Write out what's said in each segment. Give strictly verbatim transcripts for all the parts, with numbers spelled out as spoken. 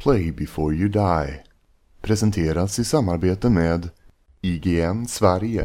Play before you die. Presenteras i samarbete med I G N Sverige.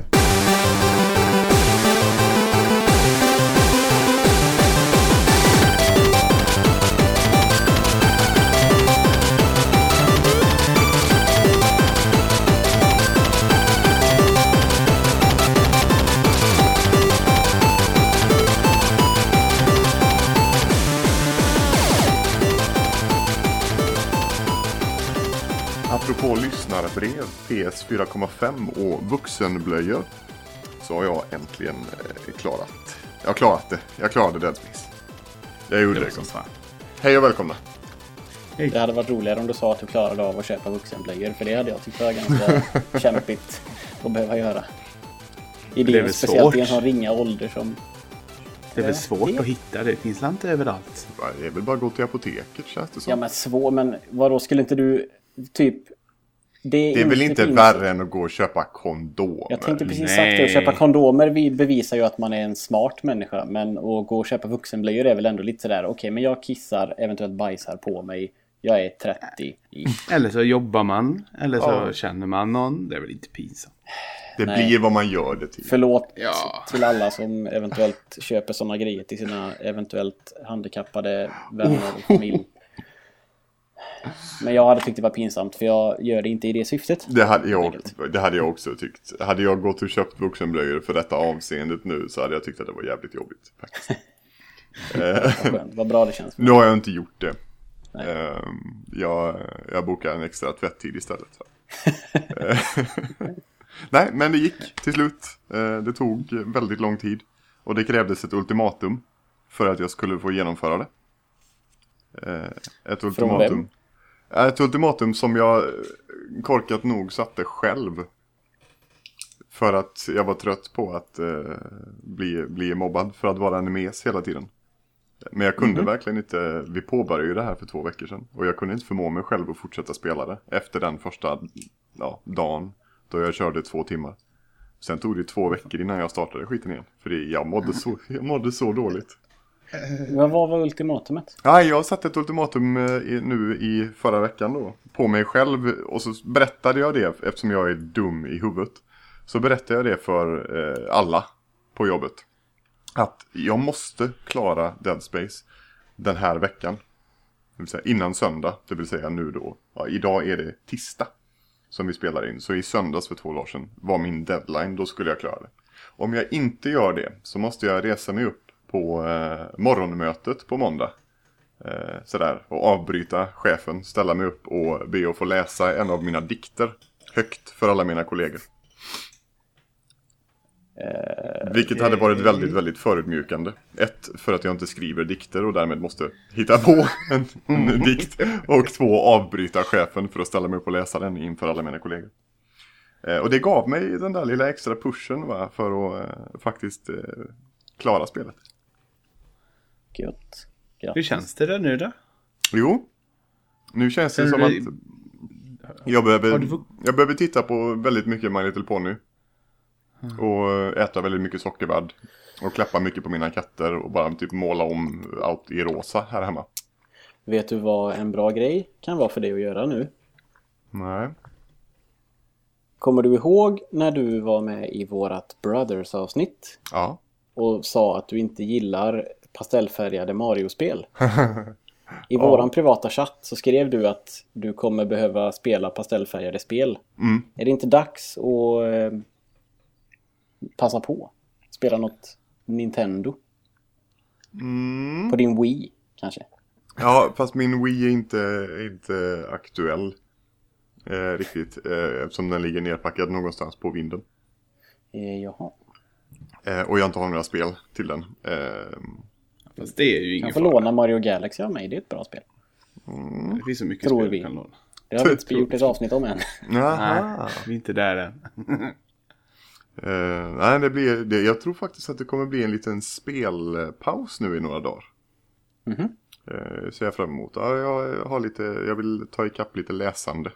Apropå lyssnarbrev, P S fyra komma fem och vuxenblöjor, så har jag äntligen eh, klarat. Jag har klarat det. Jag klarade Dead Space. Jag gjorde det. det Hej och välkomna. Hej. Det hade varit roligare om du sa att du klarade av att köpa vuxenblöjor, för det hade jag tyckt var ganska kämpigt att behöva göra. I det, det är speciellt svårt. I en sån ringa ålder som... Det är väl svårt det. att hitta, det finns inte överallt. Det är väl bara att gå till apoteket, känns det så. Ja, men svår, men vadå, skulle inte du typ... Det är, det är väl inte pinsamt. Värre än att gå och köpa kondomer. Jag tänkte precis Nej. sagt det. Att köpa kondomer vi bevisar ju att man är en smart människa. Men att gå och köpa vuxenblöjor är väl ändå lite sådär. Okej, okay, men jag kissar, eventuellt bajsar på mig. Jag är trettio. Eller så jobbar man. Eller så ja. känner man någon. Det är väl inte pinsamt. Det Nej. blir vad man gör det till. Förlåt ja. till alla som eventuellt köper sådana grejer till sina eventuellt handikappade vänner och familj. Men jag hade tyckt det var pinsamt, för jag gör det inte i det syftet. Det hade jag, det hade jag också tyckt. Hade jag gått och köpt vuxenblöjor för detta avseendet nu, så hade jag tyckt att det var jävligt jobbigt faktiskt. Vad skönt, vad bra det känns för. Nu har jag inte gjort det. Nej. Jag, jag bokar en extra tvätttid istället. Nej, men det gick till slut. Det tog väldigt lång tid. Och det krävdes ett ultimatum för att jag skulle få genomföra det. Ett ultimatum. Ett ultimatum som jag korkat nog satte själv. För att jag var trött på att eh, bli, bli mobbad för att vara en mes hela tiden. Men jag kunde mm-hmm. verkligen inte. Vi påbörjade ju det här för två veckor sedan. Och jag kunde inte förmå mig själv att fortsätta spela det. Efter den första ja, dagen. Då jag körde två timmar. Sen tog det två veckor innan jag startade skiten igen. För det, jag, mådde så, jag mådde så dåligt. Vad var, var ultimatumet? Ja, jag satte ett ultimatum i, nu i förra veckan då. På mig själv. Och så berättade jag det, eftersom jag är dum i huvudet. Så berättade jag det för eh, alla på jobbet. Att jag måste klara Dead Space den här veckan. Det vill säga innan söndag. Det vill säga nu då. Ja, idag är det tisdag som vi spelar in. Så i söndags för två dagar sedan var min deadline. Då skulle jag klara det. Om jag inte gör det så måste jag resa mig upp på eh, morgonmötet på måndag. Eh, sådär. Och avbryta chefen. Ställa mig upp och be att få läsa en av mina dikter. Högt för alla mina kollegor. Eh, Vilket hade varit väldigt, väldigt förutmjukande. Ett, för att jag inte skriver dikter och därmed måste hitta på en, en dikt. Och två, avbryta chefen för att ställa mig upp och läsa den inför alla mina kollegor. Eh, och det gav mig den där lilla extra pushen va, för att eh, faktiskt eh, klara spelet. Gött. Hur känns det där nu då? Jo, nu känns det som att jag behöver, jag behöver titta på väldigt mycket My Little Pony. Mm. Och äta väldigt mycket sockervadd. Och klappa mycket på mina katter. Och bara typ måla om allt i rosa här hemma. Vet du vad en bra grej kan vara för dig att göra nu? Nej. Kommer du ihåg när du var med i vårat Brothers-avsnitt? Ja. Och sa att du inte gillar pastellfärgade Mario-spel. I våran ja. privata chatt så skrev du att du kommer behöva spela pastellfärgade spel. Mm. Är det inte dags att eh, passa på? Spela något Nintendo? Mm. På din Wii kanske? Ja, fast min Wii är inte, inte aktuell. Eh, riktigt. Eh, eftersom den ligger nerpackad någonstans på vinden. Eh, jaha. Eh, och jag inte har några spel till den. Eh, Fast det är ju ingen Jag får fara. låna Mario Galaxy av mig, det är ett bra spel. Mm. Det finns så mycket Tror spel vi. du kan låna. Det har vi inte gjort ett avsnitt om än. Nej, vi är inte där än. uh, nej, det blir, det, jag tror faktiskt att det kommer bli en liten spelpaus nu i några dagar. Mm-hmm. Uh, ser jag fram emot. Ja, jag, har lite, jag vill ta ikapp lite läsande.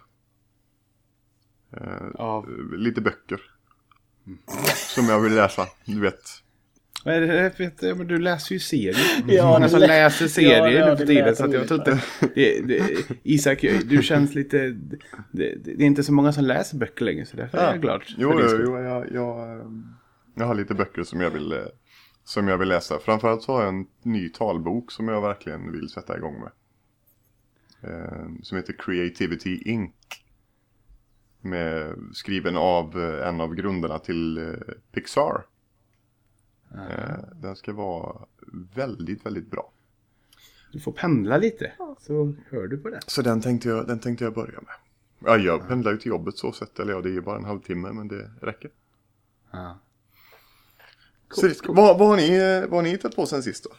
Uh, ja. Lite böcker. Mm. Som jag vill läsa, du vet. Vad är det? Vet du, men du läser ju serier. Det är Ja, många som lä- läser serier ja, ja, nu för det tiden. lät Så att jag roligt, tror inte... Det, det, Isak, du känns lite... Det, det är inte så många som läser böcker längre. Så därför Ja. är jag glad. Jo, jo, jo jag, jag, jag har lite böcker som jag vill, som jag vill läsa. Framförallt så har jag en ny talbok som jag verkligen vill sätta igång med. Eh, som heter Creativity Incorporated. Med, skriven av en av grundarna till eh, Pixar. Eh, den ska vara väldigt, väldigt bra. Du får pendla lite. Så hör du på det. Så den tänkte jag, den tänkte jag börja med. Ja, jag pendlar ju till jobbet så sett. Eller ja, det är ju bara en halvtimme, men det räcker. Ja. Så det, vad, vad, har ni, vad har ni hittat på sen sist då?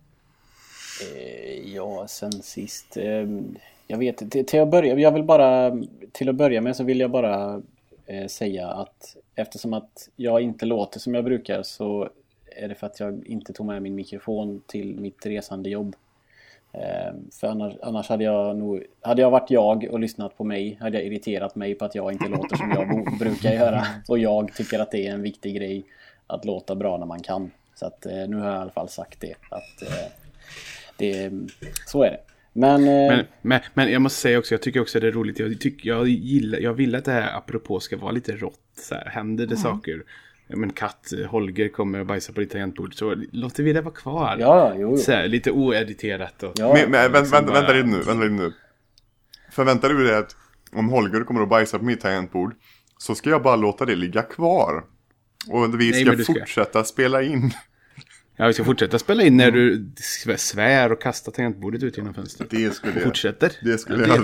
Eh, ja, sen sist. Eh, jag vet till, till att börja, jag vill bara till att börja med så vill jag bara eh, säga att eftersom att jag inte låter som jag brukar så är det för att jag inte tog med min mikrofon till mitt resande jobb. Eh, för annars, annars hade jag nog hade jag varit jag och lyssnat på mig hade jag irriterat mig på att jag inte låter som jag bo, brukar göra. Och jag tycker att det är en viktig grej att låta bra när man kan. Så att eh, nu har jag i alla fall sagt det att eh, det, så är det. Men, eh, Men, men, men jag måste säga också, jag tycker också det är roligt. Jag, tycker, jag, gillar, jag vill att det här apropå ska vara lite rått. Så här, händer det mm. saker? Men katt, Holger kommer och bajsar på ditt tangentbord. Så låter vi det vara kvar. Ja, jo, jo. Så här, lite oediterat. Och, ja, men, men, liksom vänta, bara... vänta lite nu, vänta lite nu. Förväntar du dig att om Holger kommer och bajsar på mitt tangentbord så ska jag bara låta det ligga kvar? Och vi ska, Nej, ska... fortsätta spela in. Ja, vi ska fortsätta spela in när du svär och kastar tangentbordet ut genom fönstret. Det skulle jag. Fortsätter. Det skulle ja, jag.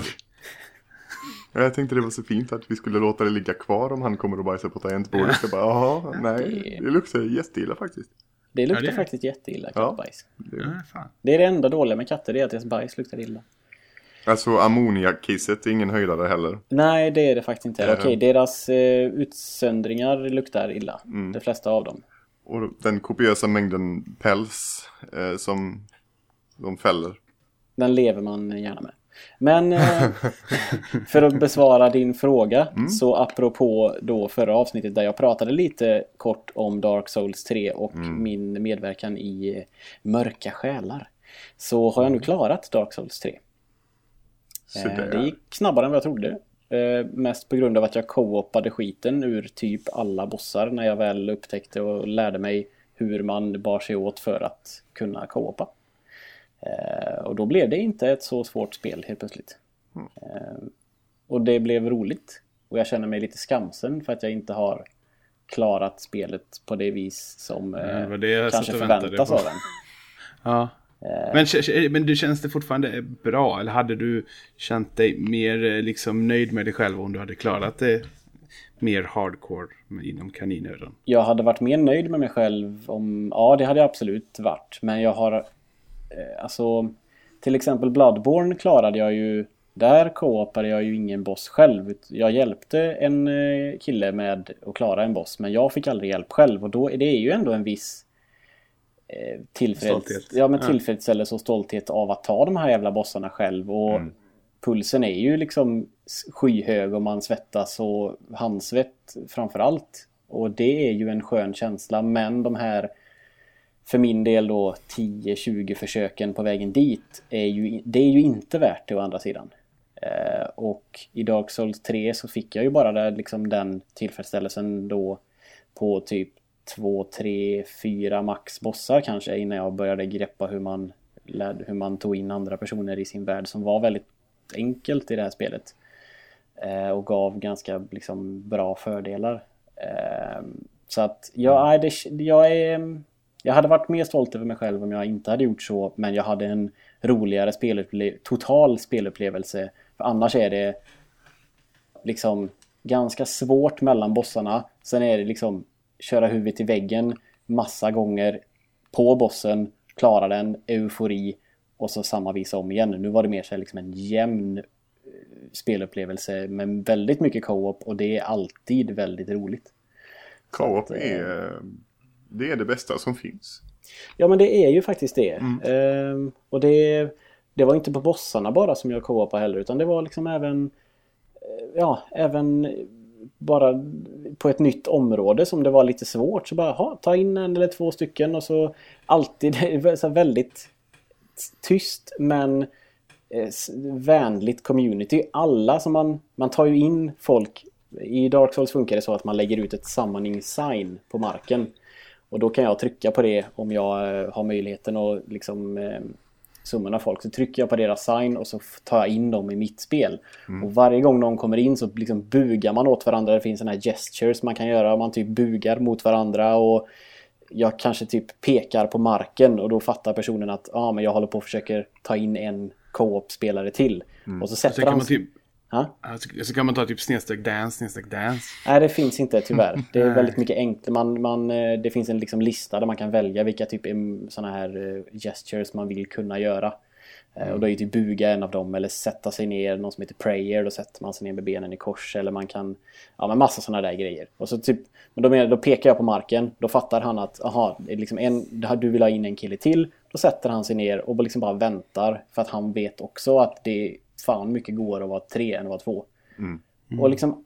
Det... Jag tänkte det var så fint att vi skulle låta det ligga kvar om han kommer och bajsar på tangentbordet. Ja. Bara, jaha, nej, det luktar jätteilla faktiskt. Det luktar ja, det faktiskt jätteilla, kattbajs. Ja, det... Ja, fan. Det är det enda dåliga med katter, det är att deras bajs luktar illa. Alltså ammoniakkisset är ingen höjdare heller. Nej, det är det faktiskt inte. Okej, deras eh, utsöndringar luktar illa. Mm. De flesta av dem. Och den kopiösa mängden päls eh, som de fäller. Den lever man gärna med. Men eh, för att besvara din fråga mm. så apropå då förra avsnittet där jag pratade lite kort om Dark Souls tre och mm. min medverkan i eh, Mörka själar så har jag nu klarat Dark Souls tre. Eh, det gick snabbare än vad jag trodde. Eh, mest på grund av att jag co-opade skiten ur typ alla bossar när jag väl upptäckte och lärde mig hur man bar sig åt för att kunna co-opa. Eh, och då blev det inte ett så svårt spel helt plötsligt. Mm. Eh, och det blev roligt. Och jag känner mig lite skamsen för att jag inte har klarat spelet på det vis som eh, det det kanske förväntas av en. Ja. Men, men du känns det fortfarande bra? Eller hade du känt dig mer liksom nöjd med dig själv om du hade klarat det mer hardcore inom kaninöron? Jag hade varit mer nöjd med mig själv om... Ja, det hade jag absolut varit. Men jag har... Eh, alltså... Till exempel Bloodborne klarade jag ju... Där co-opade jag ju ingen boss själv. Jag hjälpte en eh, kille med att klara en boss. Men jag fick aldrig hjälp själv. Och då är det ju ändå en viss... Tillfreds, ja, men tillfredsställelse och stolthet av att ta de här jävla bossarna själv och mm. pulsen är ju liksom skyhög och man svettas och handsvett framförallt och det är ju en skön känsla men de här för min del då tio tjugo försöken på vägen dit är ju, det är ju inte värt det å andra sidan eh, och i Dark Souls tre så fick jag ju bara där, liksom den tillfredsställelsen då på typ två, tre, fyra max bossar kanske innan jag började greppa hur man, hur man tog in andra personer i sin värld som var väldigt enkelt i det här spelet eh, och gav ganska liksom, bra fördelar. Eh, så att ja, mm. det, jag, är, jag hade varit mer stolt över mig själv om jag inte hade gjort så men jag hade en roligare spelupplev- total spelupplevelse för annars är det liksom ganska svårt mellan bossarna. Sen är det liksom köra huvudet i väggen massa gånger på bossen, klara den, eufori och så samma visa om igen. Nu var det mer så liksom en jämn spelupplevelse med väldigt mycket co-op och det är alltid väldigt roligt. Co-op är, det är det bästa som finns. Ja men det är ju faktiskt det. Mm. Ehm, och det, det var inte på bossarna bara som jag co-opade heller utan det var liksom även ja, även bara på ett nytt område som det var lite svårt, så bara ha, ta in en eller två stycken, och så alltid så väldigt tyst men eh, vänligt community. Alla som man man tar ju in folk. I Dark Souls funkar det så att man lägger ut ett summoning sign på marken, och då kan jag trycka på det om jag eh, har möjligheten att liksom eh, summona folk, så trycker jag på deras sign och så tar jag in dem i mitt spel. Mm. Och varje gång någon kommer in så liksom bugar man åt varandra. Det finns såna här gestures man kan göra, man typ bugar mot varandra, och jag kanske typ pekar på marken, och då fattar personen att ah, men jag håller på och försöker ta in en co-op-spelare till. Mm. Och så sätter han... Alltså, så kan man ta typ snedstreck dance, snedstreck dance. Nej, det finns inte tyvärr. Det är väldigt mycket enkelt. Man, man, det finns en liksom lista där man kan välja vilka typ såna här gestures man vill kunna göra. Mm. Och då är ju typ buga en av dem, eller sätta sig ner, någon som heter prayer, då sätter man sig ner med benen i kors, eller man kan, ja men massa såna där grejer. Och så typ, men då, då pekar jag på marken, då fattar han att aha, det är liksom en, du vill ha in en kille till, då sätter han sig ner och liksom bara väntar, för att han vet också att det är fan mycket godare att vara tre än att vara två. Mm. Mm. Och liksom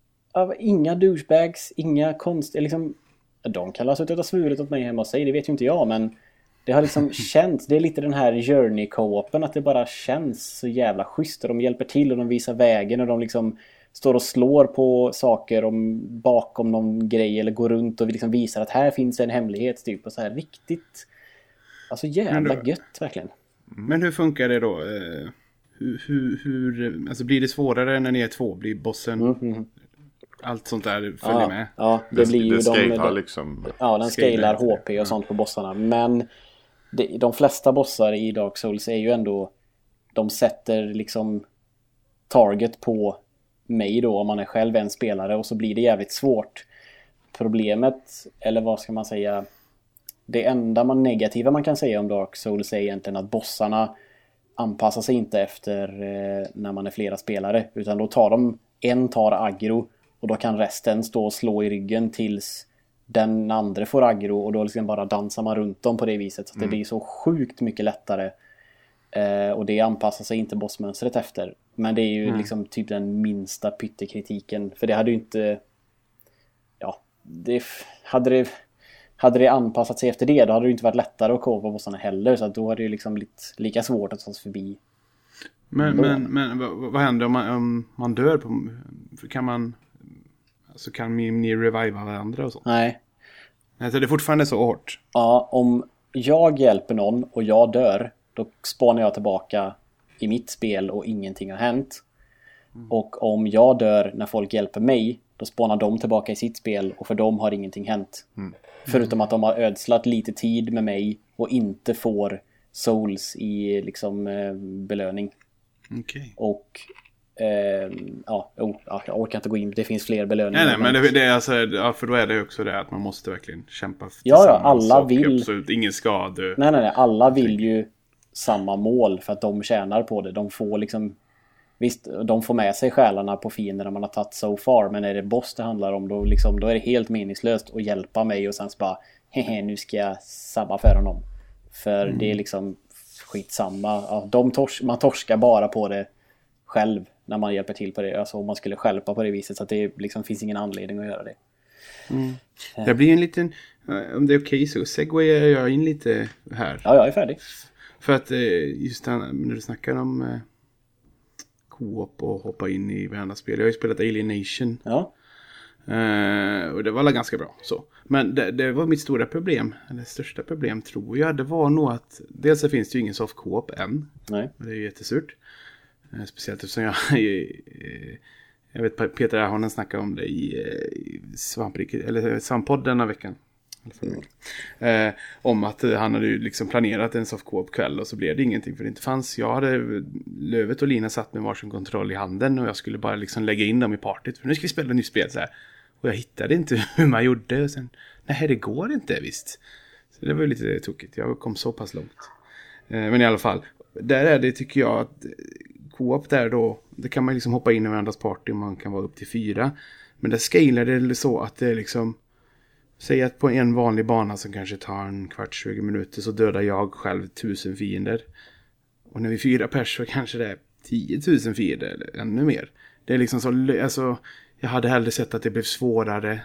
inga douchebags, inga konst, liksom, de kan ha suttit och svurit åt mig hemma och säga, det vet ju inte jag, men det har liksom känts, det är lite den här journey co-open, att det bara känns så jävla schysst. De hjälper till och de visar vägen, och de liksom står och slår på saker om, bakom någon grej, eller går runt och liksom visar att här finns en hemlighet typ, och så här riktigt, alltså jävla då, gött verkligen. Men hur funkar det då? Hur, hur, hur alltså blir det svårare när ni är två? Blir bossen mm, mm. allt sånt där följer ja, med? Ja, det blir ju det de, de liksom, ja, den scalar H P och sånt på bossarna, men det, de flesta bossar i Dark Souls är ju ändå, de sätter liksom target på mig då, om man är själv en spelare, och så blir det jävligt svårt. Problemet, eller vad ska man säga, det enda man negativa man kan säga om Dark Souls är egentligen att bossarna anpassar sig inte efter eh, när man är flera spelare, utan då tar de, en tar aggro, och då kan resten stå och slå i ryggen tills den andra får aggro, och då liksom bara dansar man runt dem på det viset, så att mm. det blir så sjukt mycket lättare, eh, och det anpassar sig inte bossmönstret efter. Men det är ju mm. liksom typ den minsta pyttekritiken, för det hade ju inte, ja, det hade det hade det anpassat sig efter det, då hade det inte varit lättare att kova bossarna heller, så att då hade det ju liksom blivit lika svårt att ta sig förbi. Men, men, men vad, vad händer om man, om man dör på, kan man, alltså kan ni reviva varandra och så? Nej. Alltså det är fortfarande så hårt. Ja, om jag hjälper någon och jag dör, då spånar jag tillbaka i mitt spel och ingenting har hänt. Mm. Och om jag dör när folk hjälper mig, då spånar de tillbaka i sitt spel, och för dem har ingenting hänt. Mm. Förutom att de har ödslat lite tid med mig och inte får souls i liksom eh, belöning. Okay. Och eh, ja, oh, jag orkar inte gå in, det finns fler belöningar. Nej, nej men det, det är alltså, ja, för då är det också det att man måste verkligen kämpa för ja, ja, alla och vill absolut ingen skada. Nej, nej, nej, alla vill ju samma mål, för att de tjänar på det. De får liksom, visst, de får med sig själarna på fienderna man har tagit so far, men är det boss det handlar om, då, liksom, då är det helt meningslöst att hjälpa mig och sen så bara, hehe, nu ska jag sabba för honom. För mm. det är liksom skitsamma. Ja, de tors- man torskar bara på det själv när man hjälper till på det. Alltså om man skulle hjälpa på det viset, så att det liksom finns ingen anledning att göra det. Mm. Det blir en liten, om det är okej så segwayar jag in lite här. Ja, jag är färdig. För att just när du snackar om co-op och hoppa in i varandra spel. Jag har ju spelat Alienation. Ja. Uh, och det var ganska bra så. Men det, det var mitt stora problem, eller största problem tror jag. Det var nog att dels så finns det ju ingen soft co-op än. Nej. Det är ju jättesurt. Uh, speciellt eftersom jag uh, jag vet Peter Ahonen snackade om det i, i Svamp, eller Svamppodd denna veckan. Mm. Eh, om att eh, han hade ju liksom planerat en soft co-op kväll, och så blev det ingenting för det inte fanns. Jag hade Lövet och Lina satt med varsin kontroll i handen, och jag skulle bara liksom lägga in dem i partyt, för nu ska vi spela ett nytt spel så här. Och jag hittade inte hur man gjorde, och sen, nej det går inte visst. Så det var ju lite tokigt, jag kom så pass långt. Eh, men i alla fall, där är det tycker jag att co-op där då, det kan man liksom hoppa in i varandras party, och man kan vara upp till fyra. Men där scalar det så att det liksom, säg att på en vanlig bana som kanske tar en kvart, tjugo minuter, så dödar jag själv tusen fiender. Och när vi fyra pers så kanske det är tio tusen fiender eller ännu mer. Det är liksom så, alltså, jag hade hellre sett att det blev svårare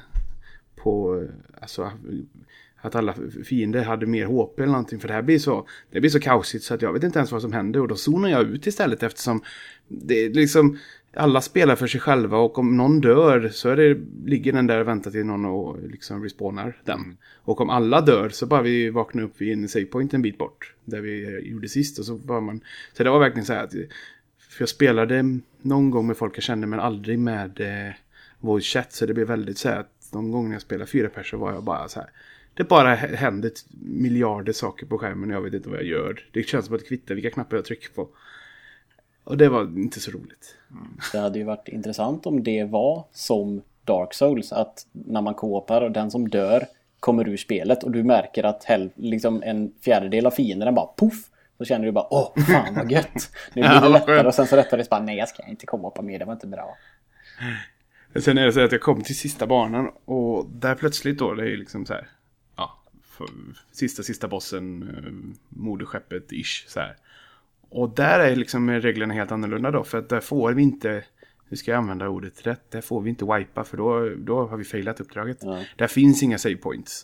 på, alltså att alla fiender hade mer H P eller någonting, för det här blir så det blir så kaosigt så att jag vet inte ens vad som händer, och då zonar jag ut istället, eftersom det är liksom alla spelar för sig själva, och om någon dör så är det, ligger den där och väntar till någon och liksom respawnar den. Och om alla dör så bara vi vaknar upp vid en save point en bit bort där vi gjorde sist, och så var man, så det var verkligen så här att, för jag spelade någon gång med folk jag kände men aldrig med eh, voice chat, så det blev väldigt så här att någon gång när jag spelade fyra personer var jag bara så här, det bara händer miljarder saker på skärmen och jag vet inte vad jag gör. Det känns som att kvittar vilka knappar jag trycker på. Och det var inte så roligt. Det hade ju varit intressant om det var som Dark Souls, att när man koopar och den som dör kommer ur spelet och du märker att hel- liksom en fjärdedel av fienderna bara puff, så känner du bara, åh fan vad gött. Nu blir det lättare, och sen så rättare det bara, nej jag ska inte komma på mer, det var inte bra. Sen är det så att jag kom till sista banan och där plötsligt då, det är liksom så här, ja, sista sista bossen, eh, moderskeppet ish så här. Och där är liksom reglerna helt annorlunda då, för att där får vi inte, hur ska jag använda ordet rätt, där får vi inte wipa, för då, då har vi failat uppdraget. Ja. Där finns inga save points.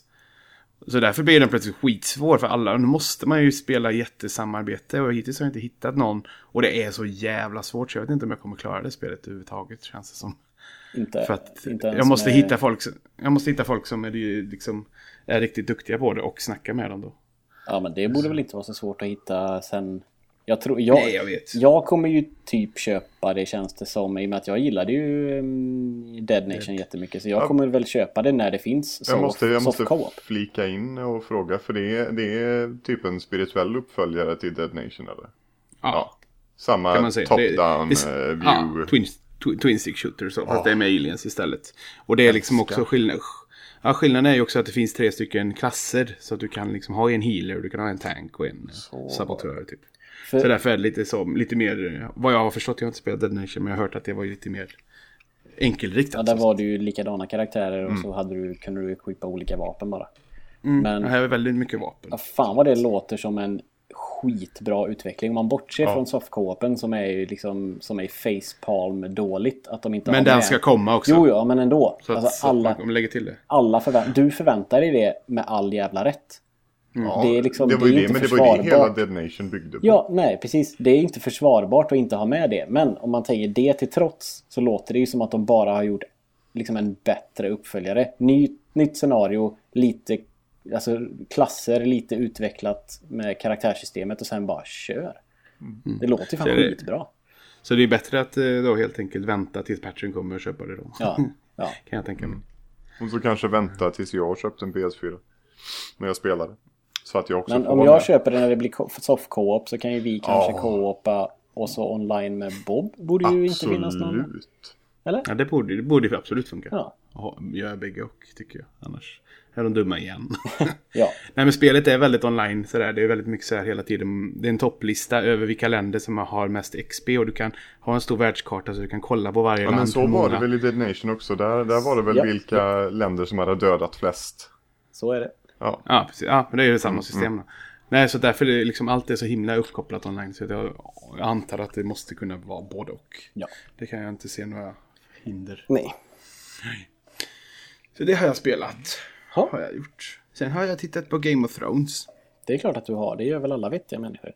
Så därför blir den plötsligt skitsvår för alla. Nu måste man ju spela jättesamarbete, och hittills har jag inte hittat någon. Och det är så jävla svårt, så jag vet inte om jag kommer klara det spelet överhuvudtaget, känns det som. Inte, för att inte jag måste med... hitta folk, jag måste hitta folk som är, liksom, är riktigt duktiga på det och snacka med dem då. Ja, men det borde så. Väl inte vara så svårt att hitta sen. Jag tror jag, Nej, jag vet. Jag kommer ju typ köpa det, känns det som, i och med att jag gillade ju um, Dead Nation jättemycket, så jag ja. kommer väl köpa det när det finns. Jag måste, jag måste flika in och fråga, för det är, det är typ en spirituell uppföljare till Dead Nation, eller? Ja. ja. Samma top-down det, det, view. Ja, twin, twin stick shooter, så, fast ja. det är med aliens istället. Och det är liksom också skillnad. Ja, skillnaden är ju också att det finns tre stycken klasser, så att du kan liksom ha en healer, du kan ha en tank och en så. sabotör typ. För... Så därför är det lite, så, lite mer, vad jag har förstått, jag har inte spelat Dead Nation, men jag har hört att det var lite mer enkelriktat. Ja, där var det ju likadana karaktärer och mm. så hade du, kunde du equipa olika vapen bara. Mm. Men det här är väldigt mycket vapen. Ja, fan vad det låter som en skitbra utveckling. Om man bortser ja. från softco-open som är ju liksom, som är facepalm dåligt. Att de inte men har den med. Ska komma också. Jo, ja, men ändå. Så att, alltså, så alla, man lägger till det. Alla förvä- du förväntar dig det med all jävla rätt. Mm. Ja, det, är liksom, det var ju det, det men det var ju det hela Dead Nation byggde på. Ja, nej, precis. Det är inte försvarbart att inte ha med det. Men om man tänker det till trots, så låter det ju som att de bara har gjort liksom en bättre uppföljare. Ny, nytt scenario, lite alltså klasser, lite utvecklat med karaktärssystemet, och sen bara kör. Mm. Det låter ju fan skitbra. Så det är bättre att då helt enkelt vänta tills patchen kommer och köpa det då. Ja, ja. Kan jag tänka mig. Och så kanske vänta tills jag har köpt en P S fyra. När jag spelade. Så att jag också men om jag med. köper det när det blir soft co-op, så kan ju vi kanske oh. co-opa och så online med Bob. Borde ju inte finnas någon. Absolut. Eller? Ja, det borde, det borde ju absolut funka. Ja. Gör bägge och, tycker jag. Annars är de dumma igen. Ja. Nej, men spelet är väldigt online. Sådär. Det är väldigt mycket så här hela tiden. Det är en topplista över vilka länder som har mest X P. Och du kan ha en stor världskarta så du kan kolla på varje ja, land. Men så var det väl i Dead Nation också. Där, där var det väl ja. vilka ja. länder som hade dödat flest. Så är det. Ja, ja, precis. Ja, men det är ju samma system. Mm. Nej, så därför är det liksom allt är så himla uppkopplat online. Så jag, jag antar att det måste kunna vara både och. Ja. Det kan jag inte se några hinder. Nej. Nej. Så det har jag spelat. Ha? Har jag gjort. Sen har jag tittat på Game of Thrones. Det är klart att du har. Det gör väl alla vettiga människor.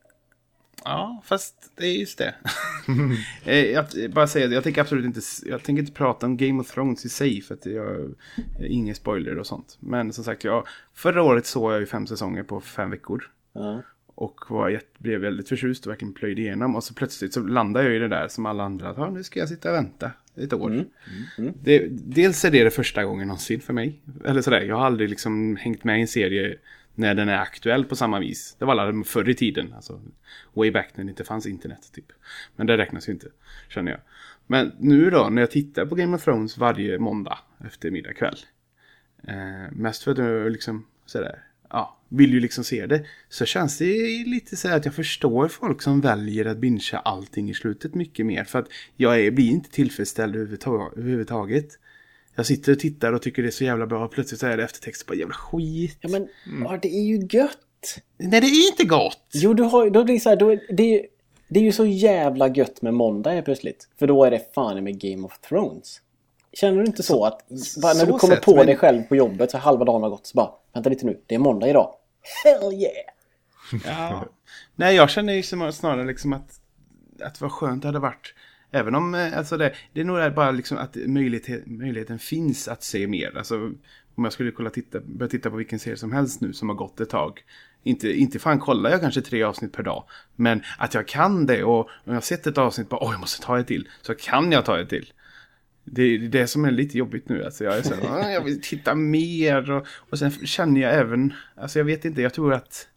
Ja, fast det är just det. jag bara säger, jag tänker absolut inte jag tänker inte prata om Game of Thrones i sig, för att jag ingen spoiler och sånt. Men som sagt, jag, förra året såg jag ju fem säsonger på fem veckor. Mm. Och var, blev väldigt förtjust och verkligen plöjde igenom. Och så plötsligt så landade jag i det där som alla andra. Att, nu ska jag sitta och vänta ett år. Mm. Mm. Det, dels är det det första gången någonsin för mig. Eller sådär, jag har aldrig liksom hängt med i en serie när den är aktuell på samma vis. Det var alla förr i tiden. Alltså way back när det inte fanns internet typ. Men det räknas ju inte, känner jag. Men nu då, när jag tittar på Game of Thrones varje måndag eftermiddag kväll. Eh, mest för att jag liksom sådär. Ja, vill ju liksom se det. Så känns det lite så här att jag förstår folk som väljer att bingea allting i slutet mycket mer. För att jag är, blir inte tillfredsställd överhuvudtaget. Jag sitter och tittar och tycker det är så jävla bra. Och plötsligt så är det eftertext på jävla skit. Ja, men mm. ja, det är ju gött. Nej, det är inte gott. Jo, du har, då är det, så här, då är, det, är, det är ju så jävla gött med måndag plötsligt. För då är det fan med Game of Thrones. Känner du inte så att bara när så du kommer sett, på men... dig själv på jobbet så halva dagen har gått så bara, vänta lite nu, det är måndag idag. Hell yeah! Ja. Nej, jag känner ju snarare liksom att att vad skönt det hade varit. Även om, alltså det, det är nog bara liksom att möjlighet, möjligheten finns att se mer. Alltså om jag skulle kolla titta, börja titta på vilken serie som helst nu som har gått ett tag. Inte, inte fan kollar jag kanske tre avsnitt per dag. Men att jag kan det och om jag har sett ett avsnitt bara, åh jag måste ta ett till. Så kan jag ta ett till. Det är det som är lite jobbigt nu. Alltså jag är så här, jag vill titta mer. Och, och sen känner jag även, alltså jag vet inte, jag tror att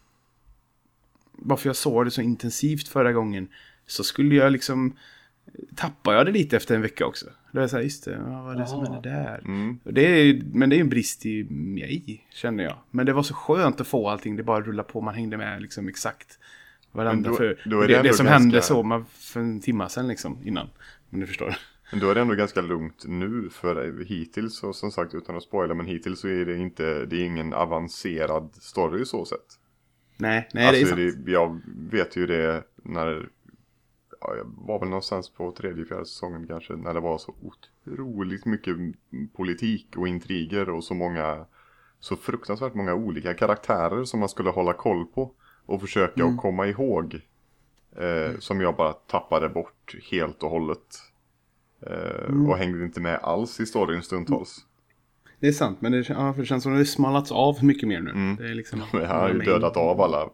bara för jag såg det så intensivt förra gången så skulle jag liksom tappar jag det lite efter en vecka också. Då är jag så här, just det, vad var det som hände där? Mm. Det är, men det är en brist i mig, känner jag. Men det var så skönt att få allting, det bara rullar på, man hängde med liksom exakt varandra. Då, för då är det, det, det som ganska... hände så man för en timme sedan liksom, innan. Men du förstår. Men då är det ändå ganska lugnt nu, för hittills, och som sagt utan att spoila, men hittills så är det inte, det är ingen avancerad story så sett. Nej, nej alltså, det är sant. Det, jag vet ju det när ja, jag var väl någonstans på tredje, fjärde säsongen kanske, när det var så otroligt mycket politik och intriger och så många, så fruktansvärt många olika karaktärer som man skulle hålla koll på och försöka mm. att komma ihåg eh, mm. som jag bara tappade bort helt och hållet eh, mm. och hängde inte med alls i storyn stundtals. Det är sant, men det, ja, för det känns som att det smalats av mycket mer nu. Mm. Det är liksom, jag har ju dödat av alla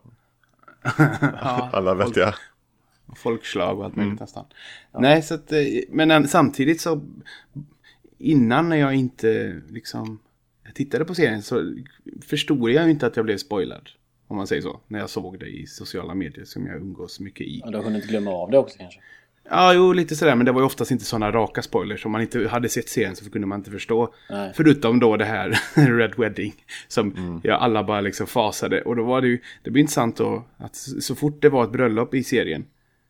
ja, alla vet jag. Folkslag och allt möjligt mm. nästan. Ja. Nej, så att, men samtidigt så innan när jag inte liksom jag tittade på serien så förstod jag ju inte att jag blev spoilad, om man säger så, när jag såg det i sociala medier som jag umgås mycket i. Ja, du har hunnit glömma av det också kanske. Ja, jo, lite sådär, men det var ju oftast inte sådana raka spoilers. Om man inte hade sett serien så kunde man inte förstå. Nej. Förutom då det här Red Wedding som mm. ja, alla bara liksom fasade. Och då var det ju, det blir intressant då att så fort det var ett bröllop i serien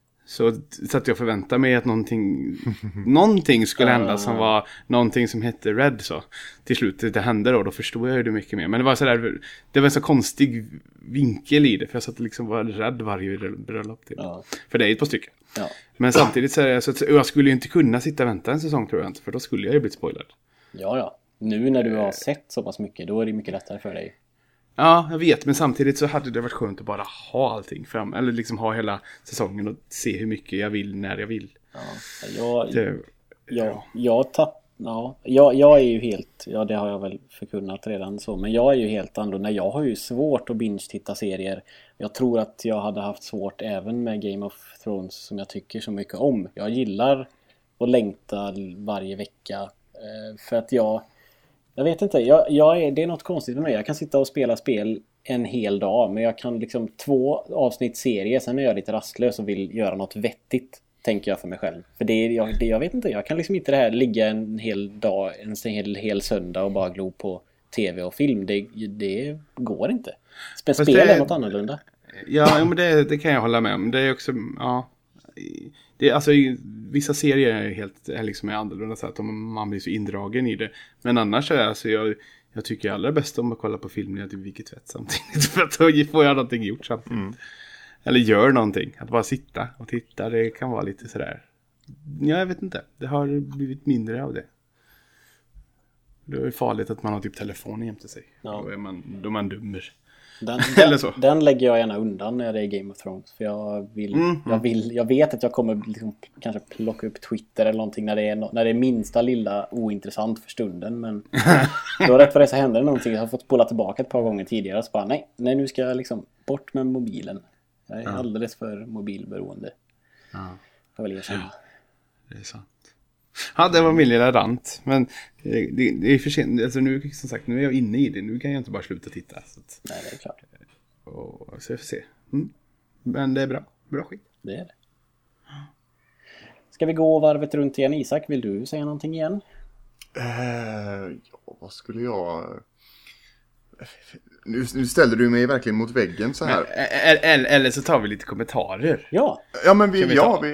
så satt jag förväntade mig att någonting någonting skulle hända som var någonting som hette Red så. Till slut det hände då, då förstod jag ju det mycket mer. Men det var så där, det var en så konstig vinkel i det, för jag satt liksom var rädd varje bröllop till. Ja. För det är ett par stycken. Ja. Men samtidigt så är det så att jag skulle ju inte kunna sitta och vänta en säsong, tror jag inte, för då skulle jag ju blivit spoilad. Ja, ja. Nu när du har sett så pass mycket, då är det mycket lättare för dig. Ja, jag vet, men samtidigt så hade det varit skönt att bara ha allting fram, eller liksom ha hela säsongen och se hur mycket jag vill när jag vill. Ja, jag, det, jag, ja. jag, tapp, ja, jag, jag är ju helt, ja det har jag väl förkunnat redan så, men jag är ju helt annorlunda. Jag har ju svårt att binge-titta serier. Jag tror att jag hade haft svårt även med Game of Thrones som jag tycker så mycket om. Jag gillar att längta varje vecka för att jag Jag vet inte, jag, jag är, det är något konstigt med mig. Jag kan sitta och spela spel en hel dag, men jag kan liksom två avsnitt serie, sen är jag lite rastlös och vill göra något vettigt, tänker jag för mig själv. För det, jag, det, jag vet inte, jag kan liksom inte det här ligga en hel dag, en hel, hel söndag och bara glo på tv och film. Det, det går inte. Spel, spel är något annorlunda. Ja, men det, det kan jag hålla med om. Det är också, ja... Det är, alltså, vissa serier är helt är liksom är annorlunda så att man blir så indragen i det. Men annars är alltså, jag, jag tycker allra bäst om att kolla på film när jag typ viker tvätt samtidigt. För att då får jag någonting gjort samtidigt. Mm. Eller gör någonting. Att bara sitta och titta, det kan vara lite sådär. Ja, jag vet inte. Det har blivit mindre av det. Det är farligt att man har typ telefonen jämte sig. Ja. Då är man, då är man dummer. Den, den, den lägger jag gärna undan när det är Game of Thrones. För jag vill, mm, mm. jag vill jag vet att jag kommer liksom kanske plocka upp Twitter eller någonting när det är, när det är minsta lilla ointressant för stunden. Men då rätt för det så händer det någonting. Jag har fått spola tillbaka ett par gånger tidigare. Så bara, nej, nej, nu ska jag liksom bort med mobilen. Jag är ja. alldeles för mobilberoende. Ja. Jag vill erkänna. Ja, det är sant. Ja, det var min lilla rant. Men det, det, det är för sent. Alltså nu, som sagt, nu är jag inne i det. Nu kan jag inte bara sluta titta. Så att, nej, det är klart. Och, så jag får se. Mm. Men det är bra. Bra skit. Det är det. Ska vi gå varvet runt igen? Isak, vill du säga någonting igen? Uh, ja, vad skulle jag... Nu, nu ställer du mig verkligen mot väggen så här. Men, eller, eller så tar vi lite kommentarer. Ja. Ja, men vi... vi ja, vi...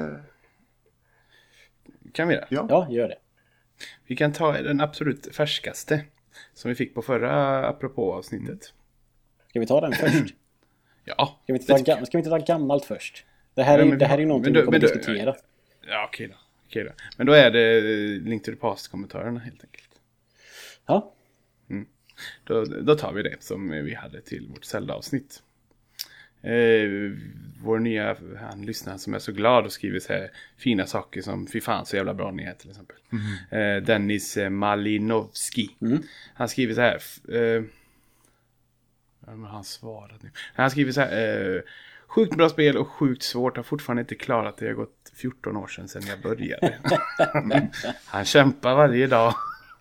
Kan vi det? Ja. ja, gör det. Vi kan ta den absolut färskaste som vi fick på förra apropå avsnittet. Ska vi ta den först? Ja. Ska vi inte ta, ga- ska vi inte ta gammalt först? Det här är, ja, men, det här är någonting men, vi kommer men, diskutera. Ja, okej då. Okej då. Men då är det Link to the Past-kommentarerna helt enkelt. Ja. Mm. Då, då tar vi det som vi hade till vårt Zelda-avsnitt. Eh, vår nya han lyssnar som är så glad och skriver så här fina saker som fy fan så jävla bra ni är till exempel. Mm. Eh, Dennis Malinovski. Mm. Han skriver så här eh, han svarat nu. Han skriver så här eh, sjukt bra spel och sjukt svårt, har fortfarande inte klarat det. Det har gått fjorton år sedan, sedan jag började. Han kämpar varje dag.